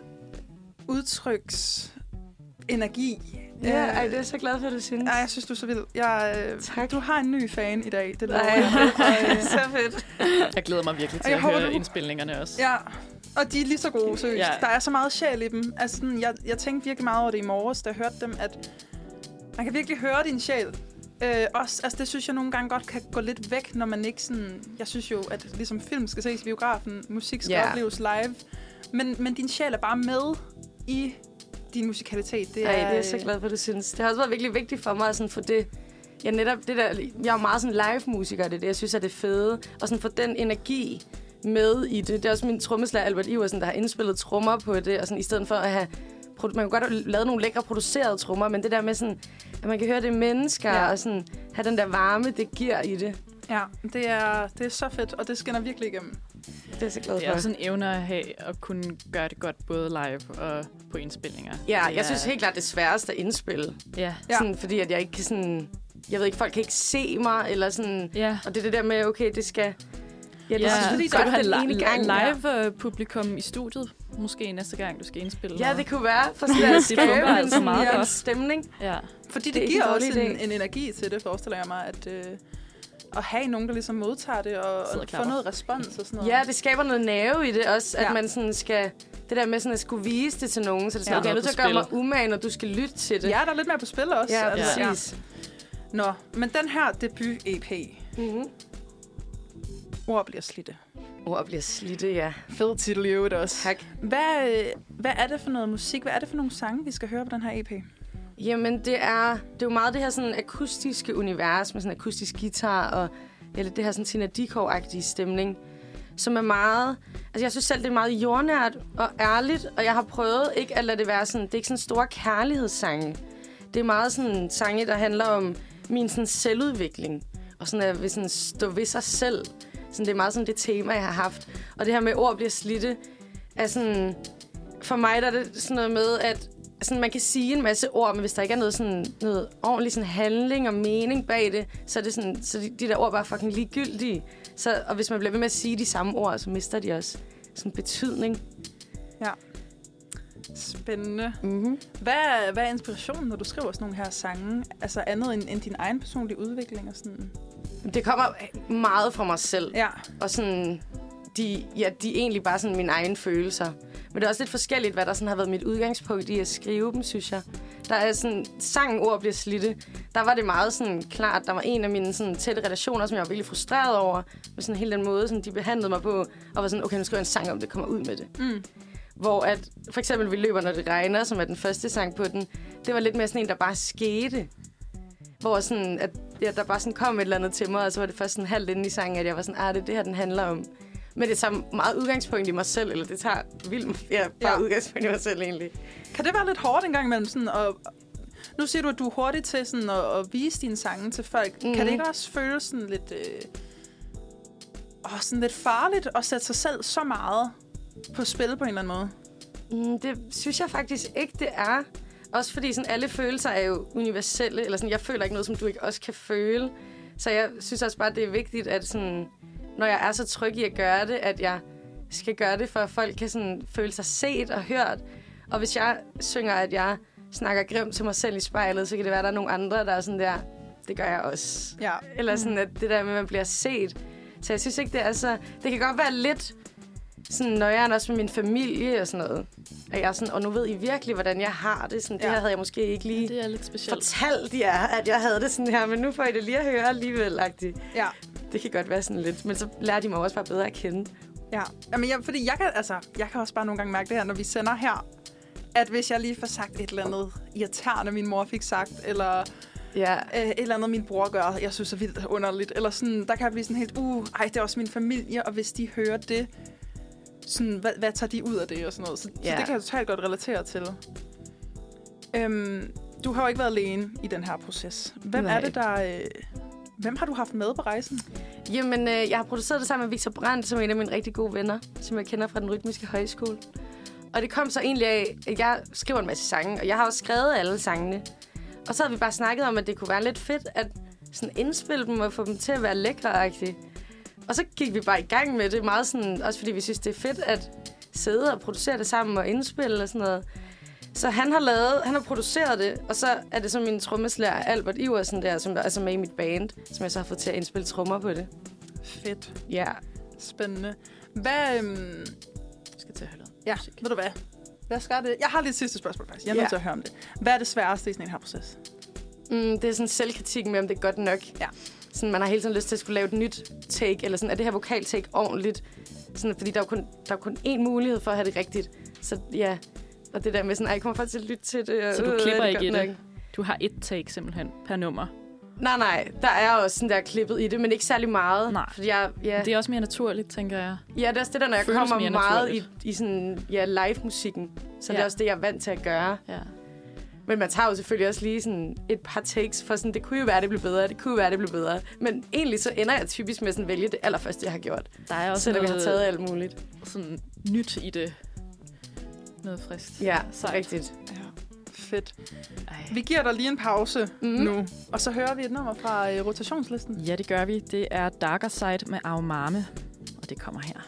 udtryks energi. Ja, ej, det er jeg så glad for, at du synes. Ja, jeg synes, du er så vild. Jeg, øh, Tak. Du har en ny fan i dag. Det lover Ej, jeg. Og, øh, så fedt. Jeg glæder mig virkelig Og til jeg at håber, høre du- indspilningerne også. Ja, og de er lige så gode, seriøst. Ja. Der er så meget sjæl i dem. Altså, sådan, jeg, jeg tænkte virkelig meget over det i morges, da jeg hørte dem, at man kan virkelig høre din sjæl. Øh, også, altså, det synes jeg nogle gange godt kan gå lidt væk, når man ikke sådan... Jeg synes jo, at ligesom film skal ses i biografen, musik skal Ja. opleves live. Men, men din sjæl er bare med i din musikalitet. Det er, Ej, det er jeg så glad for, at du synes. Det har også været virkelig vigtigt for mig at sådan få det... Ja, netop det der... Jeg er jo meget sådan live-musiker, det er det, jeg synes er det fede. Og sådan få den energi med i det. Det er også min trommeslager Albert Iversen, der har indspillet trommer på det. Og sådan, i stedet for at have... Man kan godt have lavet nogle lækre producerede trommer, men det der med sådan... At man kan høre det i mennesker, Ja. ja. og sådan have den der varme, det giver i det. Ja, det er, det er så fedt, og det skinner virkelig igennem. Det er jeg så glad Det er for. også en evne at have at kunne gøre det godt både live og på indspilninger. Ja, Det jeg er- synes helt klart, det sværeste at indspille. Ja. Ja. Sådan, fordi at jeg ikke kan sådan... Jeg ved ikke, folk kan ikke se mig, eller sådan... Ja. Og det er det der med, okay, det skal... Ja, det Ja, er fordi, så der du er har den ene gang. live uh, publikum i studiet, måske næste gang, du skal indspille. Ja, noget. det kunne være for sådan at Det skabe fungerer en, altså sådan, meget ja, en godt. stemning. Ja. Fordi det, Det er det ikke giver en også dårlig en, idé. en energi til det, forestiller jeg mig, at, øh, at have nogen, der ligesom modtager det og, Sidder og og få klapper. noget respons og sådan noget. Ja, det skaber noget nerve i det også, at Ja. man sådan skal... Det der med sådan at skulle vise det til nogen, så det er sådan, Ja. okay, jeg er nødt til at Noget gøre på mig umage, når du skal lytte til det. Ja, der er lidt mere på spil også. ja, altså, præcis. Nå, men den her debut-E P, Mm-hmm. ord bliver slidte. Ord bliver slidte, ja. Fed titel i øvrigt også. Tak. Hvad, øh, hvad er det for noget musik? Hvad er det for nogle sange, vi skal høre på den her E P? Jamen, det er, det er jo meget det her sådan akustiske univers med sådan akustisk guitar og eller det her sådan Tina Dickow-agtige stemning, som er meget... Altså, jeg synes selv, det er meget jordnært og ærligt, og jeg har prøvet ikke at lade det være sådan... Det er ikke sådan store kærlighedssange. Det er meget sådan sange, der handler om min sådan selvudvikling, og sådan at vil sådan stå ved sig selv. Sådan, det er meget sådan det tema, jeg har haft. Og det her med ord bliver slidte, er sådan... For mig der er det sådan noget med, at sådan, man kan sige en masse ord, men hvis der ikke er noget, sådan, noget ordentlig sådan, handling og mening bag det, så er det sådan, så de, de der ord bare fucking ligegyldige. Så, og hvis man bliver ved med at sige de samme ord, så mister de også sådan betydning. Ja. Spændende. Mm-hmm. Hvad er, hvad er inspirationen, når du skriver sådan nogle her sange? Altså andet end, end din egen personlige udvikling og sådan? Det kommer meget fra mig selv. Ja. Og sådan, de, ja, de er egentlig bare sådan mine egne følelser. Men det er også lidt forskelligt, hvad der sådan har været mit udgangspunkt i at skrive dem, synes jeg. Der er sådan, sangen ord bliver slidte. Der var det meget sådan klart. Der var en af mine sådan tætte relationer, som jeg var virkelig frustreret over. Med sådan hele den måde, sådan, de behandlede mig på. Og var sådan, okay, nu skriver jeg en sang om det, kommer ud med det. Mm. Hvor at, for eksempel Vi løber, når det regner, som er den første sang på den. Det var lidt mere sådan en, der bare skete. hvor sådan, at ja, der bare sådan kom et eller andet til mig, og så var det først sådan halvt inde i sangen, at jeg var sådan, ah, det er det her, den handler om. Men det tager meget udgangspunkt i mig selv, eller det tager vildt ja, bare ja. udgangspunkt i mig selv egentlig. Kan det være lidt hårdt engang imellem sådan at... Nu siger du, at du er hurtig til sådan at, at vise dine sange til folk. Mm-hmm. Kan det ikke også føles sådan lidt... Øh, åh, sådan lidt farligt at sætte sig selv så meget på spil på en eller anden måde? Mm, det synes jeg faktisk ikke, det er. Også fordi sådan, alle følelser er jo universelle, eller sådan, jeg føler ikke noget, som du ikke også kan føle. Så jeg synes også bare, det er vigtigt, at sådan, når jeg er så tryg i at gøre det, at jeg skal gøre det, for at folk kan sådan, føle sig set og hørt. Og hvis jeg synger, at jeg snakker grimt til mig selv i spejlet, så kan det være, at der er nogle andre, der er sådan der, det gør jeg også. Ja. Eller sådan, at det der med, at man bliver set. Så jeg synes ikke, det er så... Det kan godt være lidt sådan, når jeg er også med min familie og sådan noget. At jeg er sådan, og nu ved I virkelig, hvordan jeg har det. Sådan, det ja. her havde jeg måske ikke lige ja, det er lidt specielt. fortalt jer, at jeg havde det sådan her. Men nu får I det lige at høre alligevel. Ja. Det kan godt være sådan lidt. Men så lærer de mig også bare bedre at kende. Ja. Jamen, jeg, fordi jeg kan, altså, jeg kan også bare nogle gange mærke det her, når vi sender her, at hvis jeg lige får sagt et eller andet irriterende, min mor fik sagt, eller... Ja. Øh, et eller andet, min bror gør, jeg synes er vildt underligt. Eller sådan, der kan jeg blive sådan helt, uh, ej, det er også min familie, og hvis de hører det, sådan, hvad, hvad tager de ud af det og sådan noget. Så, ja. så det kan jeg totalt godt relatere til. Øhm, du har jo ikke været alene i den her proces. Hvem Nej. er det, der... Øh, hvem har du haft med på rejsen? Jamen, øh, jeg har produceret det sammen med Victor Brandt, som er en af mine rigtig gode venner, som jeg kender fra den rytmiske højskole. Og det kom så egentlig af, at jeg skriver en masse sange, og jeg har også skrevet alle sangene. Og så havde vi bare snakket om, at det kunne være lidt fedt at sådan indspille dem og få dem til at være lækre-agtige. Og så gik vi bare i gang med det, meget sådan, også fordi vi synes, det er fedt at sidde og producere det sammen og indspille og sådan noget. Så han har lavet, han har produceret det, og så er det så min trommeslager Albert Iversen der, som er altså med i mit band, som jeg så har fået til at indspille trommer på det. Fedt. Ja. Spændende. Hvad... Øhm... Jeg skal til at høre noget. Ja, ved du hvad? Hvad skal det? Jeg har lige et sidste spørgsmål, faktisk. Jeg er ja. nødt til at høre om det. Hvad er det sværeste i sådan en her proces? Mm, det er sådan selvkritikken med, om det er godt nok. Ja. Sådan, man har hele tiden lyst til at skulle lave et nyt take, eller sådan, er det her vokal-take ordentligt? Sådan, fordi der er, kun, der er kun én mulighed for at have det rigtigt. Så ja, og det der med sådan, ej, jeg kommer faktisk til at lytte til det. Og, så du øh, klipper det ikke i det? nok. Du har et take simpelthen per nummer? Nej, nej. Der er også sådan der klippet i det, men ikke særlig meget. Nej. Fordi jeg, ja. Det er også mere naturligt, tænker jeg. Ja, det er også det der, når jeg Føles kommer meget i, i sådan, ja, live-musikken. Så ja. Det er også det, jeg er vant til at gøre. Ja. Men man tager jo selvfølgelig også lige sådan et par takes, for sådan, det kunne jo være, det blev bedre, det kunne jo være, det blev bedre. Men egentlig så ender jeg typisk med sådan at vælge det allerførste, jeg har gjort. Der er også selvom noget, jeg har taget alt muligt. Sådan nyt i det. Noget frisk. Ja, så rigtigt. Ja. Fedt. Ej. Vi giver dig lige en pause mm. nu, og så hører vi et nummer fra uh, rotationslisten. Ja, det gør vi. Det er Darker Side med Aumame, og det kommer her.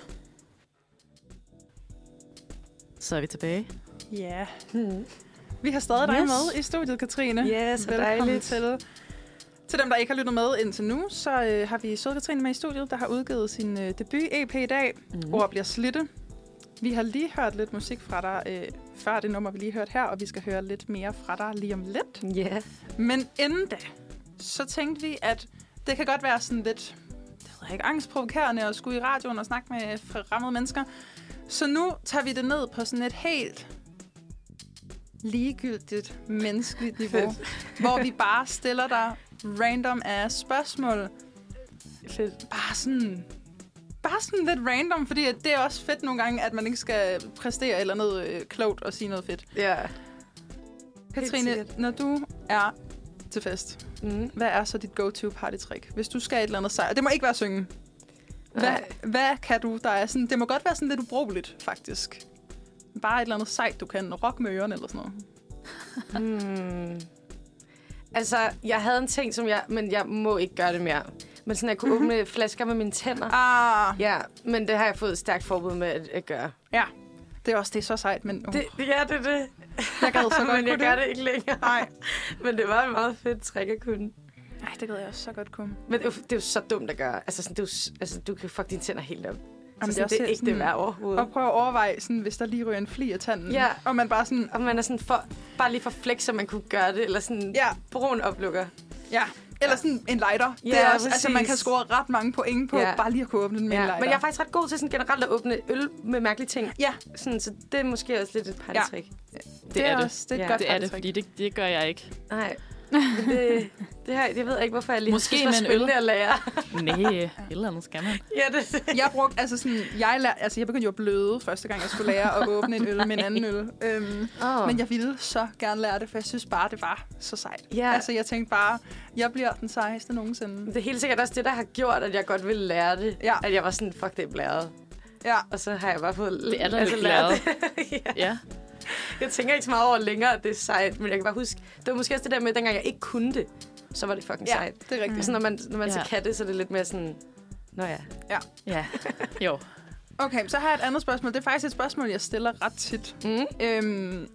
Så er vi tilbage. Ja. Yeah. Mm. Vi har stadig dig yes. med i studiet, Katrine. Ja, så velkommen dejligt. til. Til dem, der ikke har lyttet med indtil nu, så øh, har vi søde Katrine med i studiet, der har udgivet sin øh, debut-E P i dag. Mm. Ord bliver slitte. Vi har lige hørt lidt musik fra dig, øh, før det nummer, vi lige hørt her, og vi skal høre lidt mere fra dig lige om lidt. Ja. Yeah. Men inden da, så tænkte vi, at det kan godt være sådan lidt, det ved jeg ikke, angstprovokerende at skulle i radioen og snakke med fremmede mennesker. Så nu tager vi det ned på sådan et helt ligegyldigt menneskeligt niveau, hvor vi bare stiller dig random af spørgsmål. Fedt. Bare sådan... Bare sådan lidt random, fordi det er også fedt nogle gange, at man ikke skal præstere eller noget øh, klogt og sige noget fedt. Ja. Katrine, når du er til fest, mm. hvad er så dit go-to party-trick? Hvis du skal et eller andet sejr. Det må ikke være at synge. Hvad, hvad kan du, der er sådan... Det må godt være sådan lidt ubrugeligt, faktisk. Bare et eller andet sejt, du kan rock med ørerne eller sådan noget. hmm. Altså, jeg havde en ting, som jeg... Men jeg må ikke gøre det mere. Men sådan, at jeg kunne mm-hmm. åbne flasker med mine tænder. Ah. Ja, men det har jeg fået et stærkt forbud med at, at gøre. Ja, det er også det er så sejt, men... Uh. Det, ja, det er det. Jeg gad så godt men jeg gør det ikke længere. Nej. Men det var et meget fedt trick at kunne. Nej, det gad jeg også så godt kunne. Men det er, jo, det er jo så dumt at gøre. Altså, sådan, det er jo, altså du kan fuck dine tænder helt op. Jamen, så sådan, det er ikke sådan, det værd overhovedet. Og prøv at overveje, sådan, hvis der lige ryger en fli af tanden. Ja. Og man bare sådan... Og man er sådan for, bare lige for flex, så man kunne gøre det. Eller sådan ja. brun oplukker. Ja. Eller sådan en lighter. Ja, det er også, præcis. altså, man kan score ret mange point på ja. bare lige at kunne åbne den med ja. en lighter. Men jeg er faktisk ret god til sådan generelt at åbne øl med mærkelige ting. Ja. Sådan, så det er måske også lidt et partytrick. Ja. Det, det er det. Også, det er, ja. godt det, er det, fordi det, det gør jeg ikke. Nej. Men det, det her, jeg ved ikke, hvorfor jeg lige Måske synes, det var med en øl. spændende at lære. Nej, et eller andet skal man. Ja, det Jeg brugte, altså sådan, jeg, lær, altså jeg begyndte jo at bløde første gang, jeg skulle lære at åbne en øl med en anden øl. Øhm, oh. Men jeg ville så gerne lære det, for jeg synes bare, det var så sejt. Ja. Altså jeg tænkte bare, jeg bliver den sejeste nogensinde. Det er helt sikkert også det, der har gjort, at jeg godt ville lære det. Ja. At jeg var sådan, fuck, det er blæret. Ja. Og så har jeg bare fået Det er da altså, lidt lært blæret. det. ja. Ja. Jeg tænker ikke så meget over længere, at det er sejt, men jeg kan bare huske, det var måske også det der med, at dengang jeg ikke kunne det, så var det fucking Ja, sejt. det er rigtigt. Mm. Så når man, når man Ja. så kan det, så er det lidt mere sådan, nå ja. Ja. Jo. Okay, så har jeg et andet spørgsmål. Det er faktisk et spørgsmål, jeg stiller ret tit. Mm. Øhm,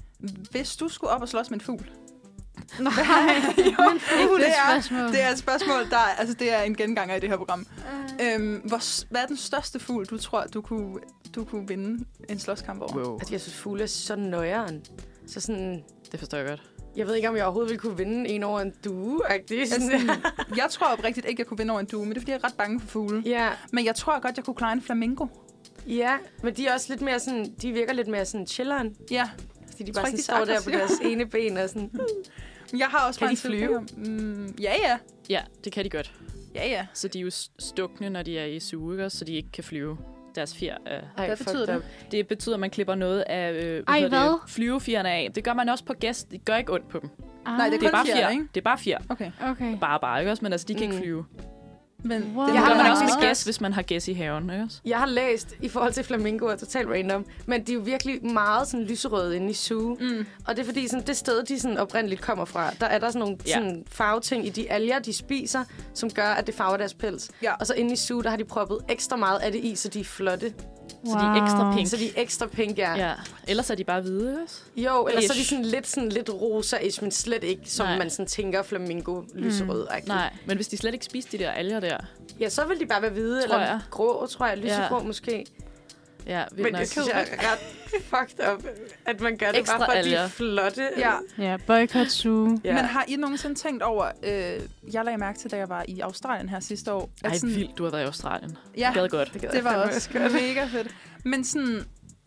hvis du skulle op og slås med en fugl? Nej, jo, ikke det et er, spørgsmål. det er et spørgsmål, der er, altså det er en genganger i det her program. Øhm, hvor, hvad er den største fugl, du tror, du kunne, du kunne vinde en slåskamp over? Wow. Altså, jeg synes, fugle er så nøjeren. Så sådan, Det forstår jeg godt. jeg ved ikke, om jeg overhovedet ville kunne vinde en over en due. Altså, jeg tror oprigtigt ikke, jeg kunne vinde over en due, men det er, fordi jeg er ret bange for fugle. ja, Men jeg tror godt, jeg kunne klare en flamingo. ja, men de er også lidt mere sådan, de virker lidt mere sådan chilleren. Ja. Fordi de Tror bare ikke, sådan de er står så der på aggressive. deres ene ben og sådan, Jeg har også Kan bare de en flyve? flyve? Mm, ja, ja. Ja, det kan de godt. Ja, ja. Så de er jo stukne, når de er i suge, ikke også? Så de ikke kan flyve. Deres fjer er... ej, Hvad fucked betyder det? up. Det betyder, at man klipper noget af øh, Ej, hedder hvad? Det, flyvefjerne af. Det gør man også på gæst. Det gør ikke ondt på dem. Ah, Nej, det Det er kun bare fjer, fjer. ikke? Det er bare fjer. Okay. okay. Bare bare, ikke også? Men altså, de kan Mm. ikke flyve. Men Wow. Det Jeg gør har man også faktisk med også- gæs, hvis man har gæs i haven, ikke også? Jeg har læst i forhold til flamingoer, totalt random, men de er jo virkelig meget sådan lyserøde inde i zoo. Mm. Og det er fordi, sådan, det sted, de sådan oprindeligt kommer fra, der er der sådan nogle Ja. sådan, farveting i de alger, de spiser, som gør, at det farver deres pels. Ja. Og så inde i zoo, der har de proppet ekstra meget af det i, så de er flotte. Så de er ekstra pink. Så de er ekstra pink, ja. Ja. Ellers er de bare hvide, ikke også? Jo, eller så er de Ish. sådan lidt, sådan lidt rosa-ish, men slet ikke, som Nej. man sådan tænker flamingo lyserød mm. Nej, men hvis de slet ikke spiser de der alger der... Ja, så vil de bare være hvide, Tror eller jeg. grå, tror jeg. Lysegrå Ja. måske. Ja, Men nok. det synes jeg er ret fucked up, at man gør det Ekstra bare for, at de er alger. flotte. Ja. Ja, boycott zoo. Ja. Men har I nogensinde tænkt over, øh, jeg lagde mærke til, da jeg var i Australien her sidste år. Ej, sådan, vildt, du har været i Australien. Ja, Gad godt. gad det jeg var fandme også godt. mega fedt. Men sådan,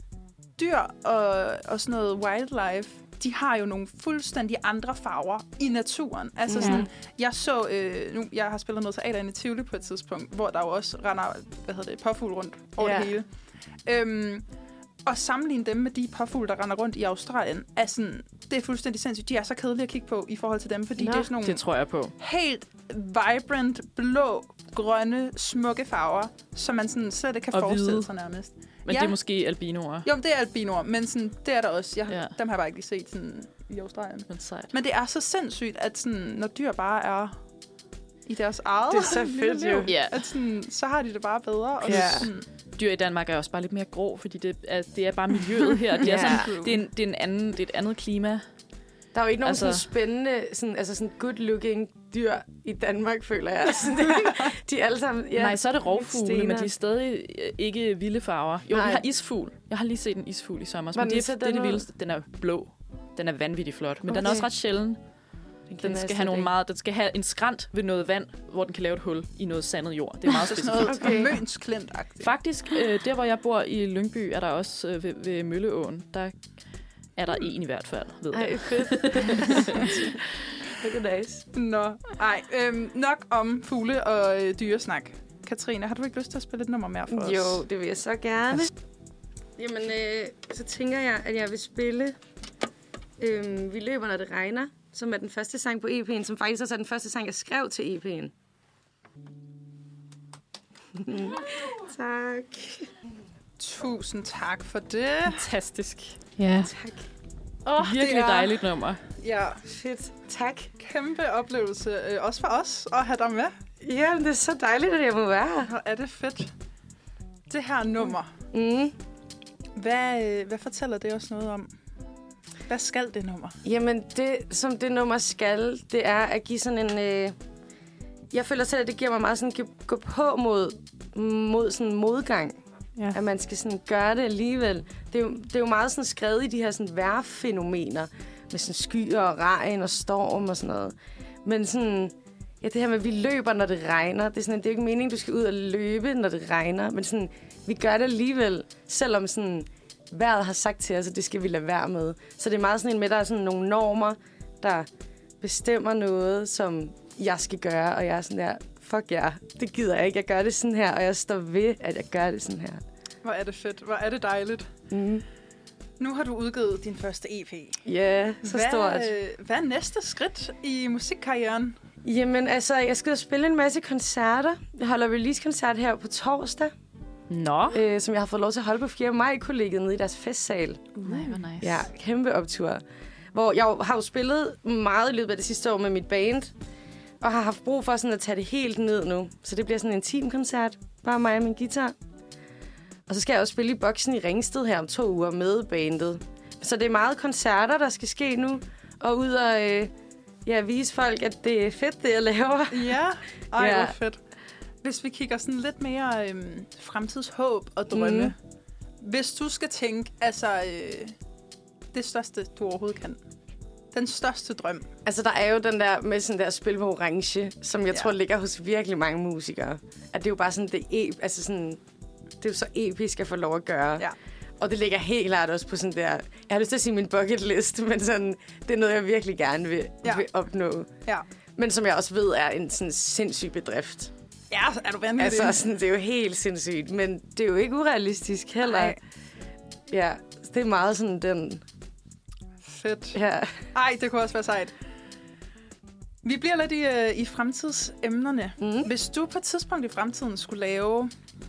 dyr og, og sådan noget wildlife, de har jo nogle fuldstændig andre farver i naturen. Altså Ja. sådan, jeg så, øh, nu, jeg har spillet noget teater inde i Tivoli på et tidspunkt, hvor der jo også render, hvad hedder det, påfugle rundt over Ja. det hele. Øhm, og sammenligne dem med de påfugle, der render rundt i Australien, er sådan, det er fuldstændig sindssygt. De er så kedelige at kigge på i forhold til dem, fordi Nå, det er sådan nogle Det tror jeg på. helt vibrant, blå, grønne, smukke farver, som man sådan slet ikke kan Og forestille hvide. sig nærmest. Men Ja. det er måske albinoer. Jo, men det er albinoer, men sådan, det er der også. Jeg, Ja. Dem har jeg bare ikke lige set sådan, i Australien. Men sejt. Men det er så sindssygt, at sådan, når dyr bare er i deres eget Det er så lille fedt, liv, jo. Ja. at sådan, så har de det bare bedre. Og Ja. sådan, Dyr i Danmark er også bare lidt mere grå, fordi det er, det er bare miljøet her. Det er, Ja. sådan, det er, en, det er, en anden, det er et andet klima. Der er jo ikke nogen Altså- altså, sådan spændende, sådan, altså sådan good-looking dyr i Danmark, føler jeg. Sådan, det, de er alle sammen... Ja, Nej, så er det rovfugle, stener. men de er stadig øh, ikke vilde farver. Jo, Nej. vi har isfugl. Jeg har lige set en isfugl i sommer, Hvordan men det er, ser det, er den det ud? vildeste. Den er blå. Den er vanvittigt flot, men okay. den er Okay. også ret sjælden. Den, Den kender jeg skal slet have nogle ikke. meget, den skal have en skrant ved noget vand, hvor den kan lave et hul i noget sandet jord. Det er meget så sådan specifikt. noget Okay. okay. mønsklint-agtigt. Faktisk, øh, der hvor jeg bor i Lyngby, er der også øh, ved, ved Mølleåen. Der er der en i hvert fald, ved jeg. Ej, fedt. Det er nice. Nå, ej, øhm, nok om fugle og øh, dyresnak. Katrine, har du ikke lyst til at spille et nummer mere for os? Jo, det vil jeg så gerne. Jamen, øh, så tænker jeg, at jeg vil spille øh, Vi løber, når det regner, som er den første sang på E P'en, som faktisk også er den første sang, jeg skrev til E P'en. Tak. Tusind tak for det. Fantastisk. Ja. Tak. Oh, Virkelig dejligt nummer. Ja, Fedt. Tak. kæmpe oplevelse, øh, også for os, at have dig med. Jamen, det er så dejligt, at jeg må være her. Hvor er det fedt. Det her nummer, Mm. hvad, øh, hvad fortæller det os noget om? Hvad skal det nummer? Jamen, det, som det nummer skal, det er at give sådan en... Øh, jeg føler selv, at det giver mig meget sådan at gå på mod, mod sådan modgang. Ja. At man skal sådan gøre det alligevel. Det er jo, det er jo meget sådan skrevet i de her sådan vejrfænomener. Med sådan skyer og regn og storm og sådan noget. Men sådan... Ja, det her med, at vi løber, når det regner. Det er, sådan, det er jo ikke meningen, du skal ud og løbe, når det regner. Men sådan, vi gør det alligevel, selvom sådan, vejret har sagt til os, at det skal vi lade være med. Så det er meget sådan en med, der er sådan nogle normer, der bestemmer noget, som jeg skal gøre, og jeg er sådan der, fuck ja, yeah, det gider jeg ikke. Jeg gør det sådan her, og jeg står ved, at jeg gør det sådan her. Hvor er det fedt. Hvor er det dejligt. Mm. Nu har du udgivet din første E P. Ja, yeah, så hvad, stort. Hvad er næste skridt i musikkarrieren? Jamen, altså, jeg skal spille en masse koncerter. Jeg holder release-koncert her på torsdag, Nå. øh, som jeg har fået lov til at holde på fjerde maj-kollegiet nede i deres festsal. Nej, hvor nice. Ja, kæmpe optur. Hvor jeg har jo spillet meget i løbet af det sidste år med mit band, og har haft brug for sådan at tage det helt ned nu. Så det bliver sådan en intim-koncert, bare mig og min guitar. Og så skal jeg også spille i Boksen i Ringsted her om to uger med bandet. Så det er meget koncerter, der skal ske nu, og ud og øh, ja, vise folk, at det er fedt, det jeg laver. Ja, ej, Ja. hvor fedt. Hvis vi kigger sådan lidt mere øhm, fremtidshåb og drømme. Mm. Hvis du skal tænke, altså øh, det største, du overhovedet kan. Den største drøm. Altså, der er jo den der med sådan der spil på orange, som jeg Ja. tror ligger hos virkelig mange musikere. At det er jo bare sådan, det er, e- altså sådan, det er jo så episk at få lov at gøre. Ja. Og det ligger helt klart også på sådan der, jeg har lyst til at sige min bucket list, men sådan, det er noget, jeg virkelig gerne vil, Ja. vil opnå. Ja. Men som jeg også ved, er en sådan sindssyg bedrift. Ja, er du vanvittig? Altså, sådan, det er jo helt sindssygt, men det er jo ikke urealistisk heller. Nej. Ja, så det er meget sådan den... Fedt. Ja. Ej, det kunne også være sejt. Vi bliver lidt i, øh, i fremtidsemnerne. Mm. Hvis du på et tidspunkt i fremtiden skulle lave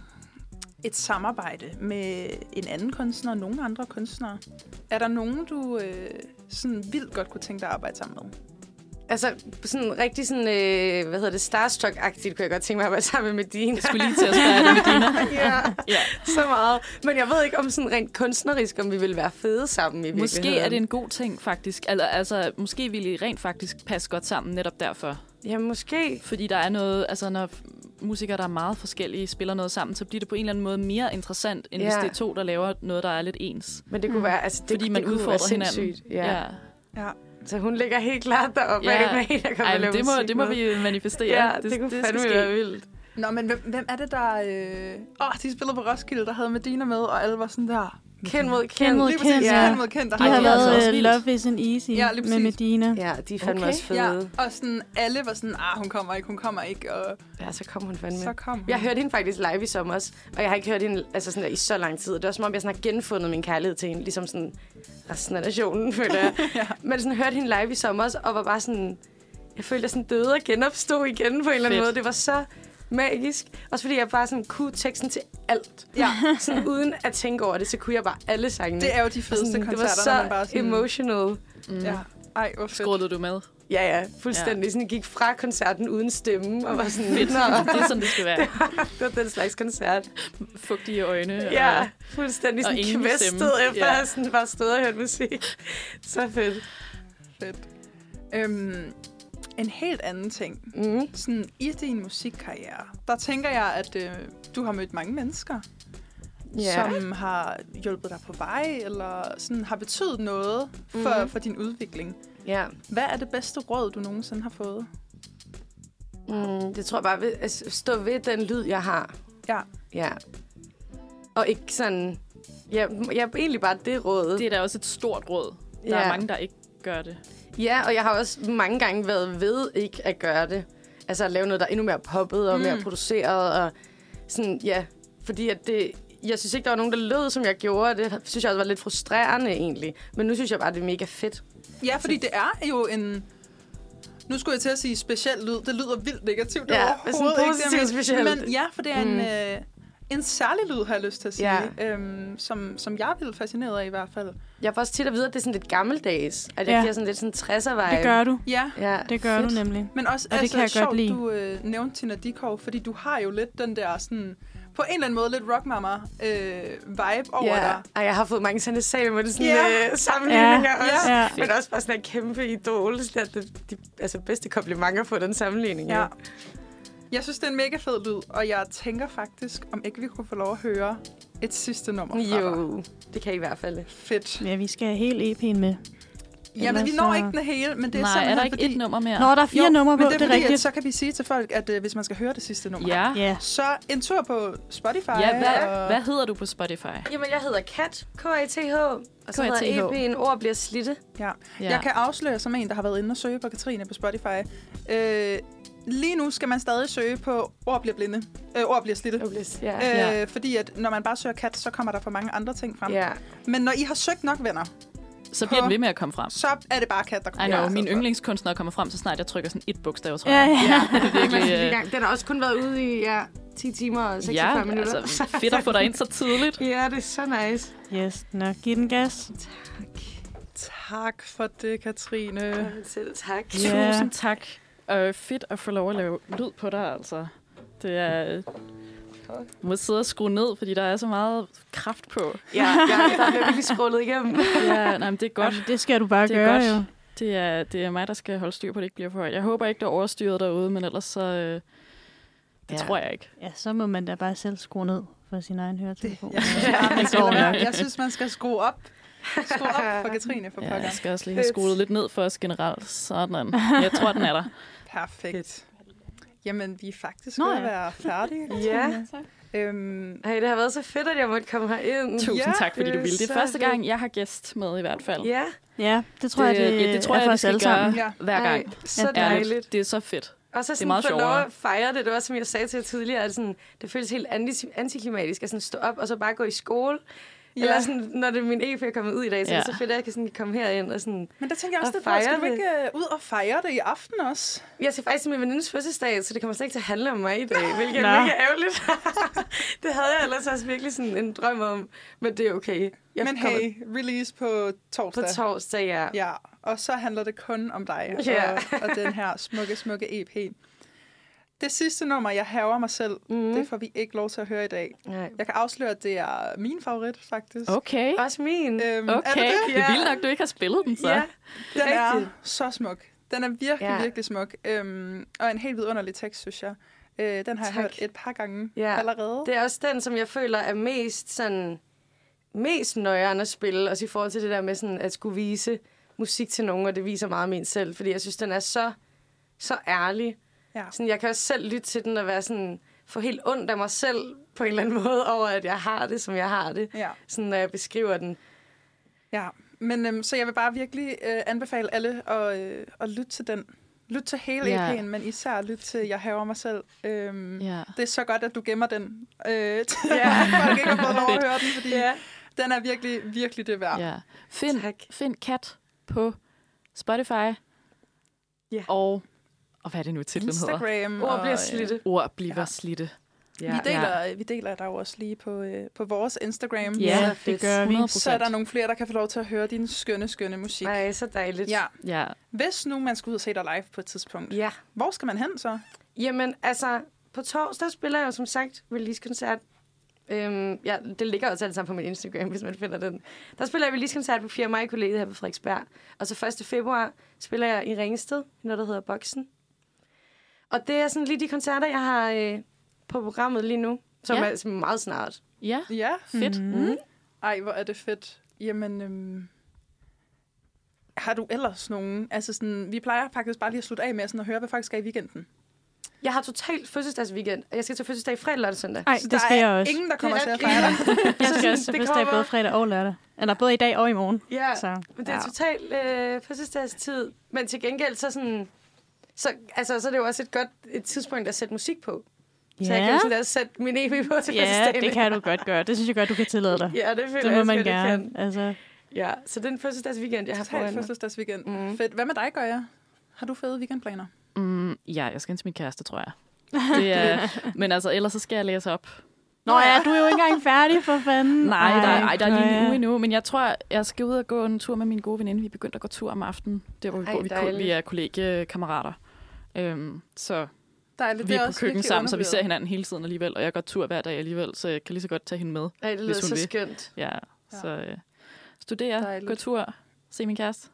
et samarbejde med en anden kunstner og nogle andre kunstnere, er der nogen, du øh, sådan vildt godt kunne tænke dig at arbejde sammen med? Altså, sådan rigtig sådan, øh, hvad hedder det, starstruck-agtigt kunne jeg godt tænke mig at arbejde sammen med Medina. Jeg skulle lige til at spørge dig, Medina. Ja, Ja. så meget. Men jeg ved ikke om sådan rent kunstnerisk, om vi vil være fede sammen i Måske virkeligheden. er det en god ting, faktisk. Altså, altså, måske vil I rent faktisk passe godt sammen netop derfor. Ja, måske. Fordi der er noget, altså når musikere, der er meget forskellige, spiller noget sammen, så bliver det på en eller anden måde mere interessant, end Ja. hvis det er to, der laver noget, der er lidt ens. Men det kunne være, altså det, Fordi man det kunne udfordrer være hinanden. sindssygt. Ja. ja. Ja. Så hun ligger helt klart deroppe Ja. af med en, der kommer Ej, og men lave det må, musik det må med. vi manifestere. Ja, det, det kunne det fandme skal være ske. vildt. Nå, men hvem, hvem er det, der... Øh... Åh, de spillede på Roskilde, der havde Medina med, og alle var sådan der... Kend mod Kend kend. mod Lige præcis, kend, ja. ja. mod kendt. Der De har har det er altså også lavet uh, vildt. Love Isn't Easy Ja, lige med præcis. Medina. Ja, de er fandme Okay. også fede. Ja, Ja. og sådan, alle var sådan, ah, hun kommer ikke, hun kommer ikke, og ja, så kom hun fandme. så kom hun. Jeg hørte hende faktisk live i sommer, og jeg har ikke hørt hende altså sådan der, i så lang tid. Det var som om, jeg sådan har genfundet min kærlighed til hende, ligesom sådan resten af nationen, føler jeg. Ja. Men sådan hørte hende live i sommer, og var bare sådan... Jeg følte, jeg sådan døde og genopstod igen på en eller anden Fedt. måde. Det var så magisk. Også fordi jeg bare sådan kunne teksten til alt. Ja. Sådan uden at tænke over det, så kunne jeg bare alle sangene. Det er jo de fedeste sådan, koncerter, det var så når man bare sådan... emotional. Mm. Ja. Ej, hvor fedt. Skrullede du med? Ja, ja, fuldstændig. Ja. Sådan, jeg gik fra koncerten uden stemme, og var sådan... Fedt. Nå, Det er sådan, det skal være. det var den slags koncert. Fugtige øjne. Ja, Og, fuldstændig og sådan ingen kvæstet, stemme. efter Ja. at have sådan bare stået og hørt musik. Så fedt. Fedt. Øhm, en helt anden ting. Mm. Sådan, i din musikkarriere, der tænker jeg, at øh, du har mødt mange mennesker, Ja. som har hjulpet dig på vej, eller sådan har betydet noget for, Mhm. for din udvikling. Ja. Hvad er det bedste råd, du nogensinde har fået? Mm, det tror jeg bare, ved, at stå ved den lyd, jeg har. Ja. Ja. Og ikke sådan... Ja, jeg er egentlig bare det råd. det er da også et stort råd. Der Ja. er mange, der ikke gør det. Ja, og jeg har også mange gange været ved ikke at gøre det. Altså at lave noget, der er endnu mere poppet og Mm. mere produceret. Og sådan, ja, fordi at det... Jeg synes ikke, der var nogen, der lød, som jeg gjorde. Det synes jeg også var lidt frustrerende, egentlig. Men nu synes jeg bare, det er mega fedt. Ja, fordi det er jo en... Nu skulle jeg til at sige speciel lyd. Det lyder vildt negativt. Det Ja, er men sådan overhovedet ikke positivt det, jeg mener. specielt. Men ja, for det er Mm. en, øh, en særlig lyd, har jeg lyst til at sige. Ja. Øhm, som, som jeg er vildt fascineret af i hvert fald. Jeg får også tit at vide, at det er sådan lidt gammeldags. At det Ja. giver sådan lidt sådan tresser-vibe. Det gør du. Ja, Ja, Det gør fedt. du nemlig. men også Og det altså, kan jeg sjovt, godt lide. du øh, nævnte Tina Dickow, fordi du har jo lidt den der sådan... På en eller anden måde lidt rockmama-vibe over Ja, dig. og jeg har fået mange sådan sager med det sådan Ja. øh, sammenligninger Ja. også. Ja. Men også bare sådan en kæmpe idol. Så det er de, de altså, bedste komplimenter på den sammenligning. Ja. Ja. Jeg synes, det er en mega fed lyd, og jeg tænker faktisk, om ikke vi kunne få lov at høre et sidste nummer fra dig. Jo, det kan I i hvert fald. Fedt. Ja, vi skal have helt E P'en med. Jamen, vi Ellers når så- ikke den hele, men det er Nej, simpelthen er der ikke fordi... et nummer mere? Nå, der er fire Jo, numre på, men det er, det er fordi, at rigtigt. så kan vi sige til folk, at uh, hvis man skal høre det sidste nummer, Ja. Ja. så en tur på Spotify. Ja, hvad, og... hvad hedder du på Spotify? Jamen, jeg hedder Kat, K A T H, og så K A T H. hedder E P'en Ord bliver slitte. Ja. Ja. Jeg kan afsløre som en, der har været inde og søge på Katrine på Spotify. Øh, lige nu skal man stadig søge på Ord bliver blinde. Øh, ord bliver slitte. Ja. Øh, Ja. Fordi at når man bare søger kat, så kommer der for mange andre ting frem. ja. Men når I har søgt nok venner, Så bliver på- den ved med at komme frem. så er det bare kat, der I kommer know, frem. min yndlingskunstner kommer frem, så snart jeg trykker sådan et bogstav, tror Ja, jeg. ja. Det er virkelig... Den, øh, den har også kun været ude i ja, ti timer og seksogfyrre Ja, minutter. altså fedt at få dig ind så tidligt. Ja, det er så nice. Yes, nå, giv den gas. Tak for det, Katrine. Jamen, selv tak. Ja. Tusind tak. Øh, fedt at få lov at lave lyd på dig, altså. Det er... Du må sidde og skrue ned, fordi der er så meget kraft på. Ja, ja, der bliver virkelig scrollet igennem. Ja, nej, men det er godt. Jamen, det skal du bare Det er gøre, godt. jo. Det er, det er mig, der skal holde styr på, at det ikke bliver for højt. Jeg håber ikke, der er overstyret derude, men ellers så... Øh, det Ja. tror jeg ikke. Ja, så må man da bare selv skrue ned for sin egen høretelefon. Jeg synes, bare, man Det skal går lade være. nok. Jeg synes, man skal skrue op. Skrue op for Katrine for Ja, pokker. jeg skal også lige have skruet lidt ned for os generelt. Sådan. Jeg tror, den er der. Perfekt. Jamen, vi er faktisk Nå, ved at ja. være færdige. Ja. Øhm, Ej, det har været så fedt, at jeg måtte komme herind. Tusind Ja, tak, fordi det du er ville. Det er så første fedt. gang, jeg har gæst med i hvert fald. Ja, Ja, det tror Det- jeg, det, ja, det tror er jeg, for vi os skal alle sammen. gøre. ja. Hver gang. Ej, så Ja, Ærligt. dejligt. Det er så fedt. Og så Det er sådan meget få lov sjovere. at fejre det. Det var, som jeg sagde til jer tidligere, at sådan, det føles helt anti- antiklimatisk at sådan stå op og så bare gå i skole. Ja. Eller sådan, når det er min E P er kommet ud i dag, så ja. Ja. det er så fedt, at jeg kan sådan komme herind og sådan... Men der tænker jeg også, Og det er, skal fejre du ikke øh, ud og fejre det i aften også? Jeg skal faktisk til min venindes fødselsdag, så det kommer slet ikke til at handle om mig i dag, hvilket Nå. er mega ærgerligt. Det havde jeg ellers også virkelig sådan en drøm om, men det er okay. Jeg Men kommer hey, release på torsdag. på torsdag, ja. Ja, og så handler det kun om dig Ja. og, og den her smukke, smukke E P. Det sidste nummer, jeg haver mig selv, Mm. mm. det får vi ikke lov til at høre i dag. Nej. Jeg kan afsløre, at det er min favorit, faktisk. Okay. Også min. Øhm, Okay. Er det det? Det er vildt nok, du ikke har spillet den, så. Ja, Den det er er rigtigt. så smuk. Den er virkelig, Ja. ja. virkelig smuk. Øhm, og en helt vidunderlig tekst, synes jeg. Øh, den har jeg Tak. hørt et par gange Ja. allerede. Det er også den, som jeg føler er mest sådan mest nøjeren at spille, også i forhold til det der med sådan at skulle vise musik til nogen, og det viser meget min selv, fordi jeg synes, den er så, så ærlig. Ja. Sådan, jeg kan også selv lytte til den og være sådan, få helt ondt af mig selv på en eller anden måde over, at jeg har det, som jeg har det. Ja. Sådan, når jeg beskriver den. Ja, men øhm, så jeg vil bare virkelig øh, anbefale alle at, øh, at lytte til den. Lyt til hele Ja. E P'en, men især lyt til Jeg haver mig selv. Øhm, Ja. Det er så godt, at du gemmer den. Øh, til Ja. folk ikke har fået lov at høre den, fordi Ja. den er virkelig, virkelig det værd. Ja. Find, Tak. find Kat på Spotify. Ja. Og, og hvad er det nu, titlen hedder? Instagram. Ord bliver og, slidte. Ord bliver Ja. slidte. Ja. Vi deler, vi deler der jo også lige på, øh, på vores Instagram. Ja, Så det fedt. gør vi. hundrede Så er der procent. nogle flere, der kan få lov til at høre din skønne, skønne musik. Nej, så dejligt. Ja. Ja. Hvis nu man skal ud og se dig live på et tidspunkt, Ja. hvor skal man hen så? Jamen, altså, på torsdag spiller jeg jo som sagt release-koncert. Øhm, ja, det ligger også alt sammen på min Instagram, hvis man finder den. Der spiller jeg release-koncert på fjerde maj-kollegiet her på Frederiksberg. Og så første februar spiller jeg i Ringsted, noget der hedder Boksen. Og det er sådan lige de koncerter, jeg har øh, på programmet lige nu, som Ja. er som er meget snart. Ja, Ja. fedt. Mm. Ej, hvor er det fedt. Jamen, øhm, har du ellers nogen? Altså sådan, vi plejer faktisk bare lige at slutte af med sådan at høre, hvad faktisk er i weekenden. Jeg har totalt fødselsdagsweekend, og jeg skal til fødselsdag fredag, lørdag og søndag. Ej, Så det der skal er jeg også. ingen, der kommer Det til er at fejre dig. Jeg skal også til det fødselsdag kommer- både fredag og lørdag. Eller både i dag og i morgen. Ja, Så, men det er ja. totalt øh, fødselsdagstid. Men til gengæld, så, sådan, så, altså, så er det jo også et godt et tidspunkt at sætte musik på. Så jeg kan jo sådan der sætte min E P på til Ja, fødselsdagen. det kan du godt gøre. Det synes jeg godt, du kan tillade dig. Ja, det føler Det må jeg, man også, jeg gerne. kan. Altså, Ja, så det er en fødselsdagsweekend, jeg har Totalt foran mig. fødselsdagsweekend. Mhm. Mm. Fedt. Hvad med dig, Gøja? Har du fede weekendplaner? Mm, ja, jeg skal ind til min kæreste, tror jeg. Det er, men altså, ellers så skal jeg læse op. Nå ja, du er jo ikke engang færdig for fanden. Nej, der, ej, der er lige en Gøja. uge endnu, men jeg tror, jeg skal ud og gå en tur med min gode veninde. Vi er begyndt at gå tur om aftenen, der hvor vi Ej, bor. Vi, dejligt. vi er kollegiekammerater. Øhm, så Dejligt. vi Det er på også køkken virkelig sammen, så vi ser undervurderet. hinanden hele tiden alligevel. Og jeg går tur hver dag alligevel, så jeg kan lige så godt tage hende med. Ej, det hvis lyder hun så vil. skønt. Ja, Ja. så øh, studere, Dejligt. gå tur, se min kæreste.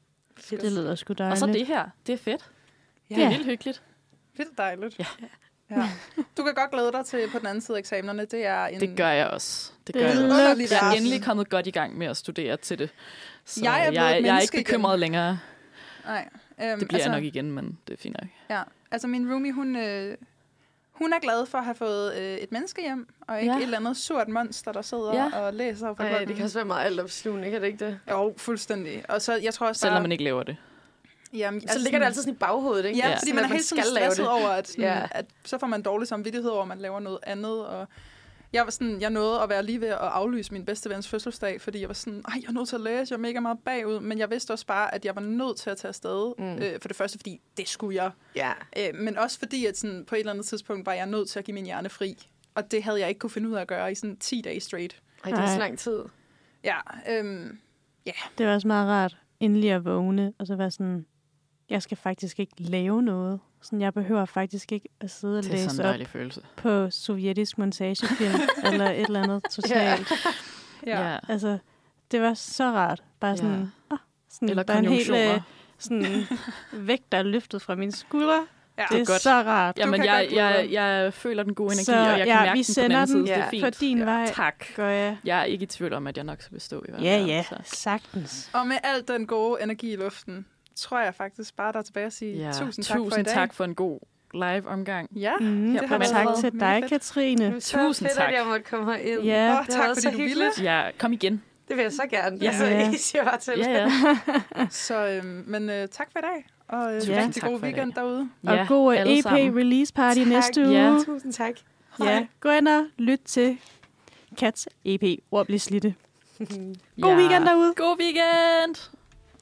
Det lyder sgu dejligt. Og så det her, det er fedt. Ja. Det er Ja. vildt hyggeligt. Vildt dejligt. Ja. Ja. Du kan godt glæde dig til på den anden side af eksamenerne. Det er en... Det gør jeg også. Det gør Det jeg er også. underligt Jeg er vers. endelig kommet godt i gang med at studere til det. Så Jeg er blevet jeg, et jeg er menneske ikke bekymret igen. længere. Nej. Øhm, Det bliver altså, jeg nok igen, men det er fint nok. Ja, altså min roomie, hun, øh, hun er glad for at have fået øh, et menneske hjem, og ikke Ja. et eller andet sort monster, der sidder Ja. og læser fra Ej, klokken. det kan også være meget altopslugende, kan det ikke det? Jo, fuldstændig. Og så, jeg tror også Selvom bare... man ikke laver det. Jamen, Så ligger det altid sådan i baghovedet, ikke? Ja, Ja. fordi Sådan, man er at helt sådan skal lave stresset det. over, at, sådan, Ja. at så får man dårlig samvittighed over, at man laver noget andet. Og jeg var sådan, jeg nåede at være lige ved at aflyse min bedste vens fødselsdag, fordi jeg var sådan, ej, jeg er nødt til at læse, jeg er mega meget bagud. Men jeg vidste også bare, at jeg var nødt til at tage afsted. Mm. Øh, for det første, fordi det skulle jeg. Ja. Øh, men også fordi, at sådan, på et eller andet tidspunkt var jeg nødt til at give min hjerne fri. Og det havde jeg ikke kunne finde ud af at gøre i sådan ti dage straight. Ej, det er så Nej. lang tid. Ja, øhm, Det var også meget rart endelig at vågne, og så være sådan, jeg skal faktisk ikke lave noget. Sådan, jeg behøver faktisk ikke at sidde og Det er sådan læse en op dejlig følelse. på sovjetisk montagefilm, eller et eller andet totalt. ja. Ja. Altså, det var så rart. Bare sådan, Ja. åh, sådan Eller bare en hel konjunktioner. øh, sådan, vægt, der er løftet fra mine skuldre. ja. Det er godt. så rart. Jamen, kan jeg, godt lide jeg, det. jeg føler den gode energi, Så, og jeg kan ja, mærke vi den på den sender anden side. den, Det er ja, fint. På din ja. vej, Tak. gør jeg. Jeg er ikke i tvivl om, at jeg nok skal bestå i hvert Ja, fald. ja, Så. sagtens. Og med al den gode energi i luften, tror jeg faktisk bare, der er tilbage at sige Ja. tusind tak Tusind for i dag. tak for en god live-omgang. Ja, Mm, det har og været tak meget til mega dig, fedt. Katrine. Så Tusind fedt, tak. at jeg måtte komme herind. Ja. Åh, Det tak, var fordi så du ville. hyggeligt. Ja, kom igen. Det vil jeg så gerne. Ja. Altså, Ja. I siger bare til. Ja, ja. Så, øhm, men øh, tak for i dag, og øh, Ja. rigtig Tak god for i weekend dag. derude. Og Ja, god alle E sammen. P-release party Tak. næste uge. Ja. Tusind tak. Ja, gå ind og lyt til Cats E P. Ord bliver slitte. God Ja. weekend derude. God weekend!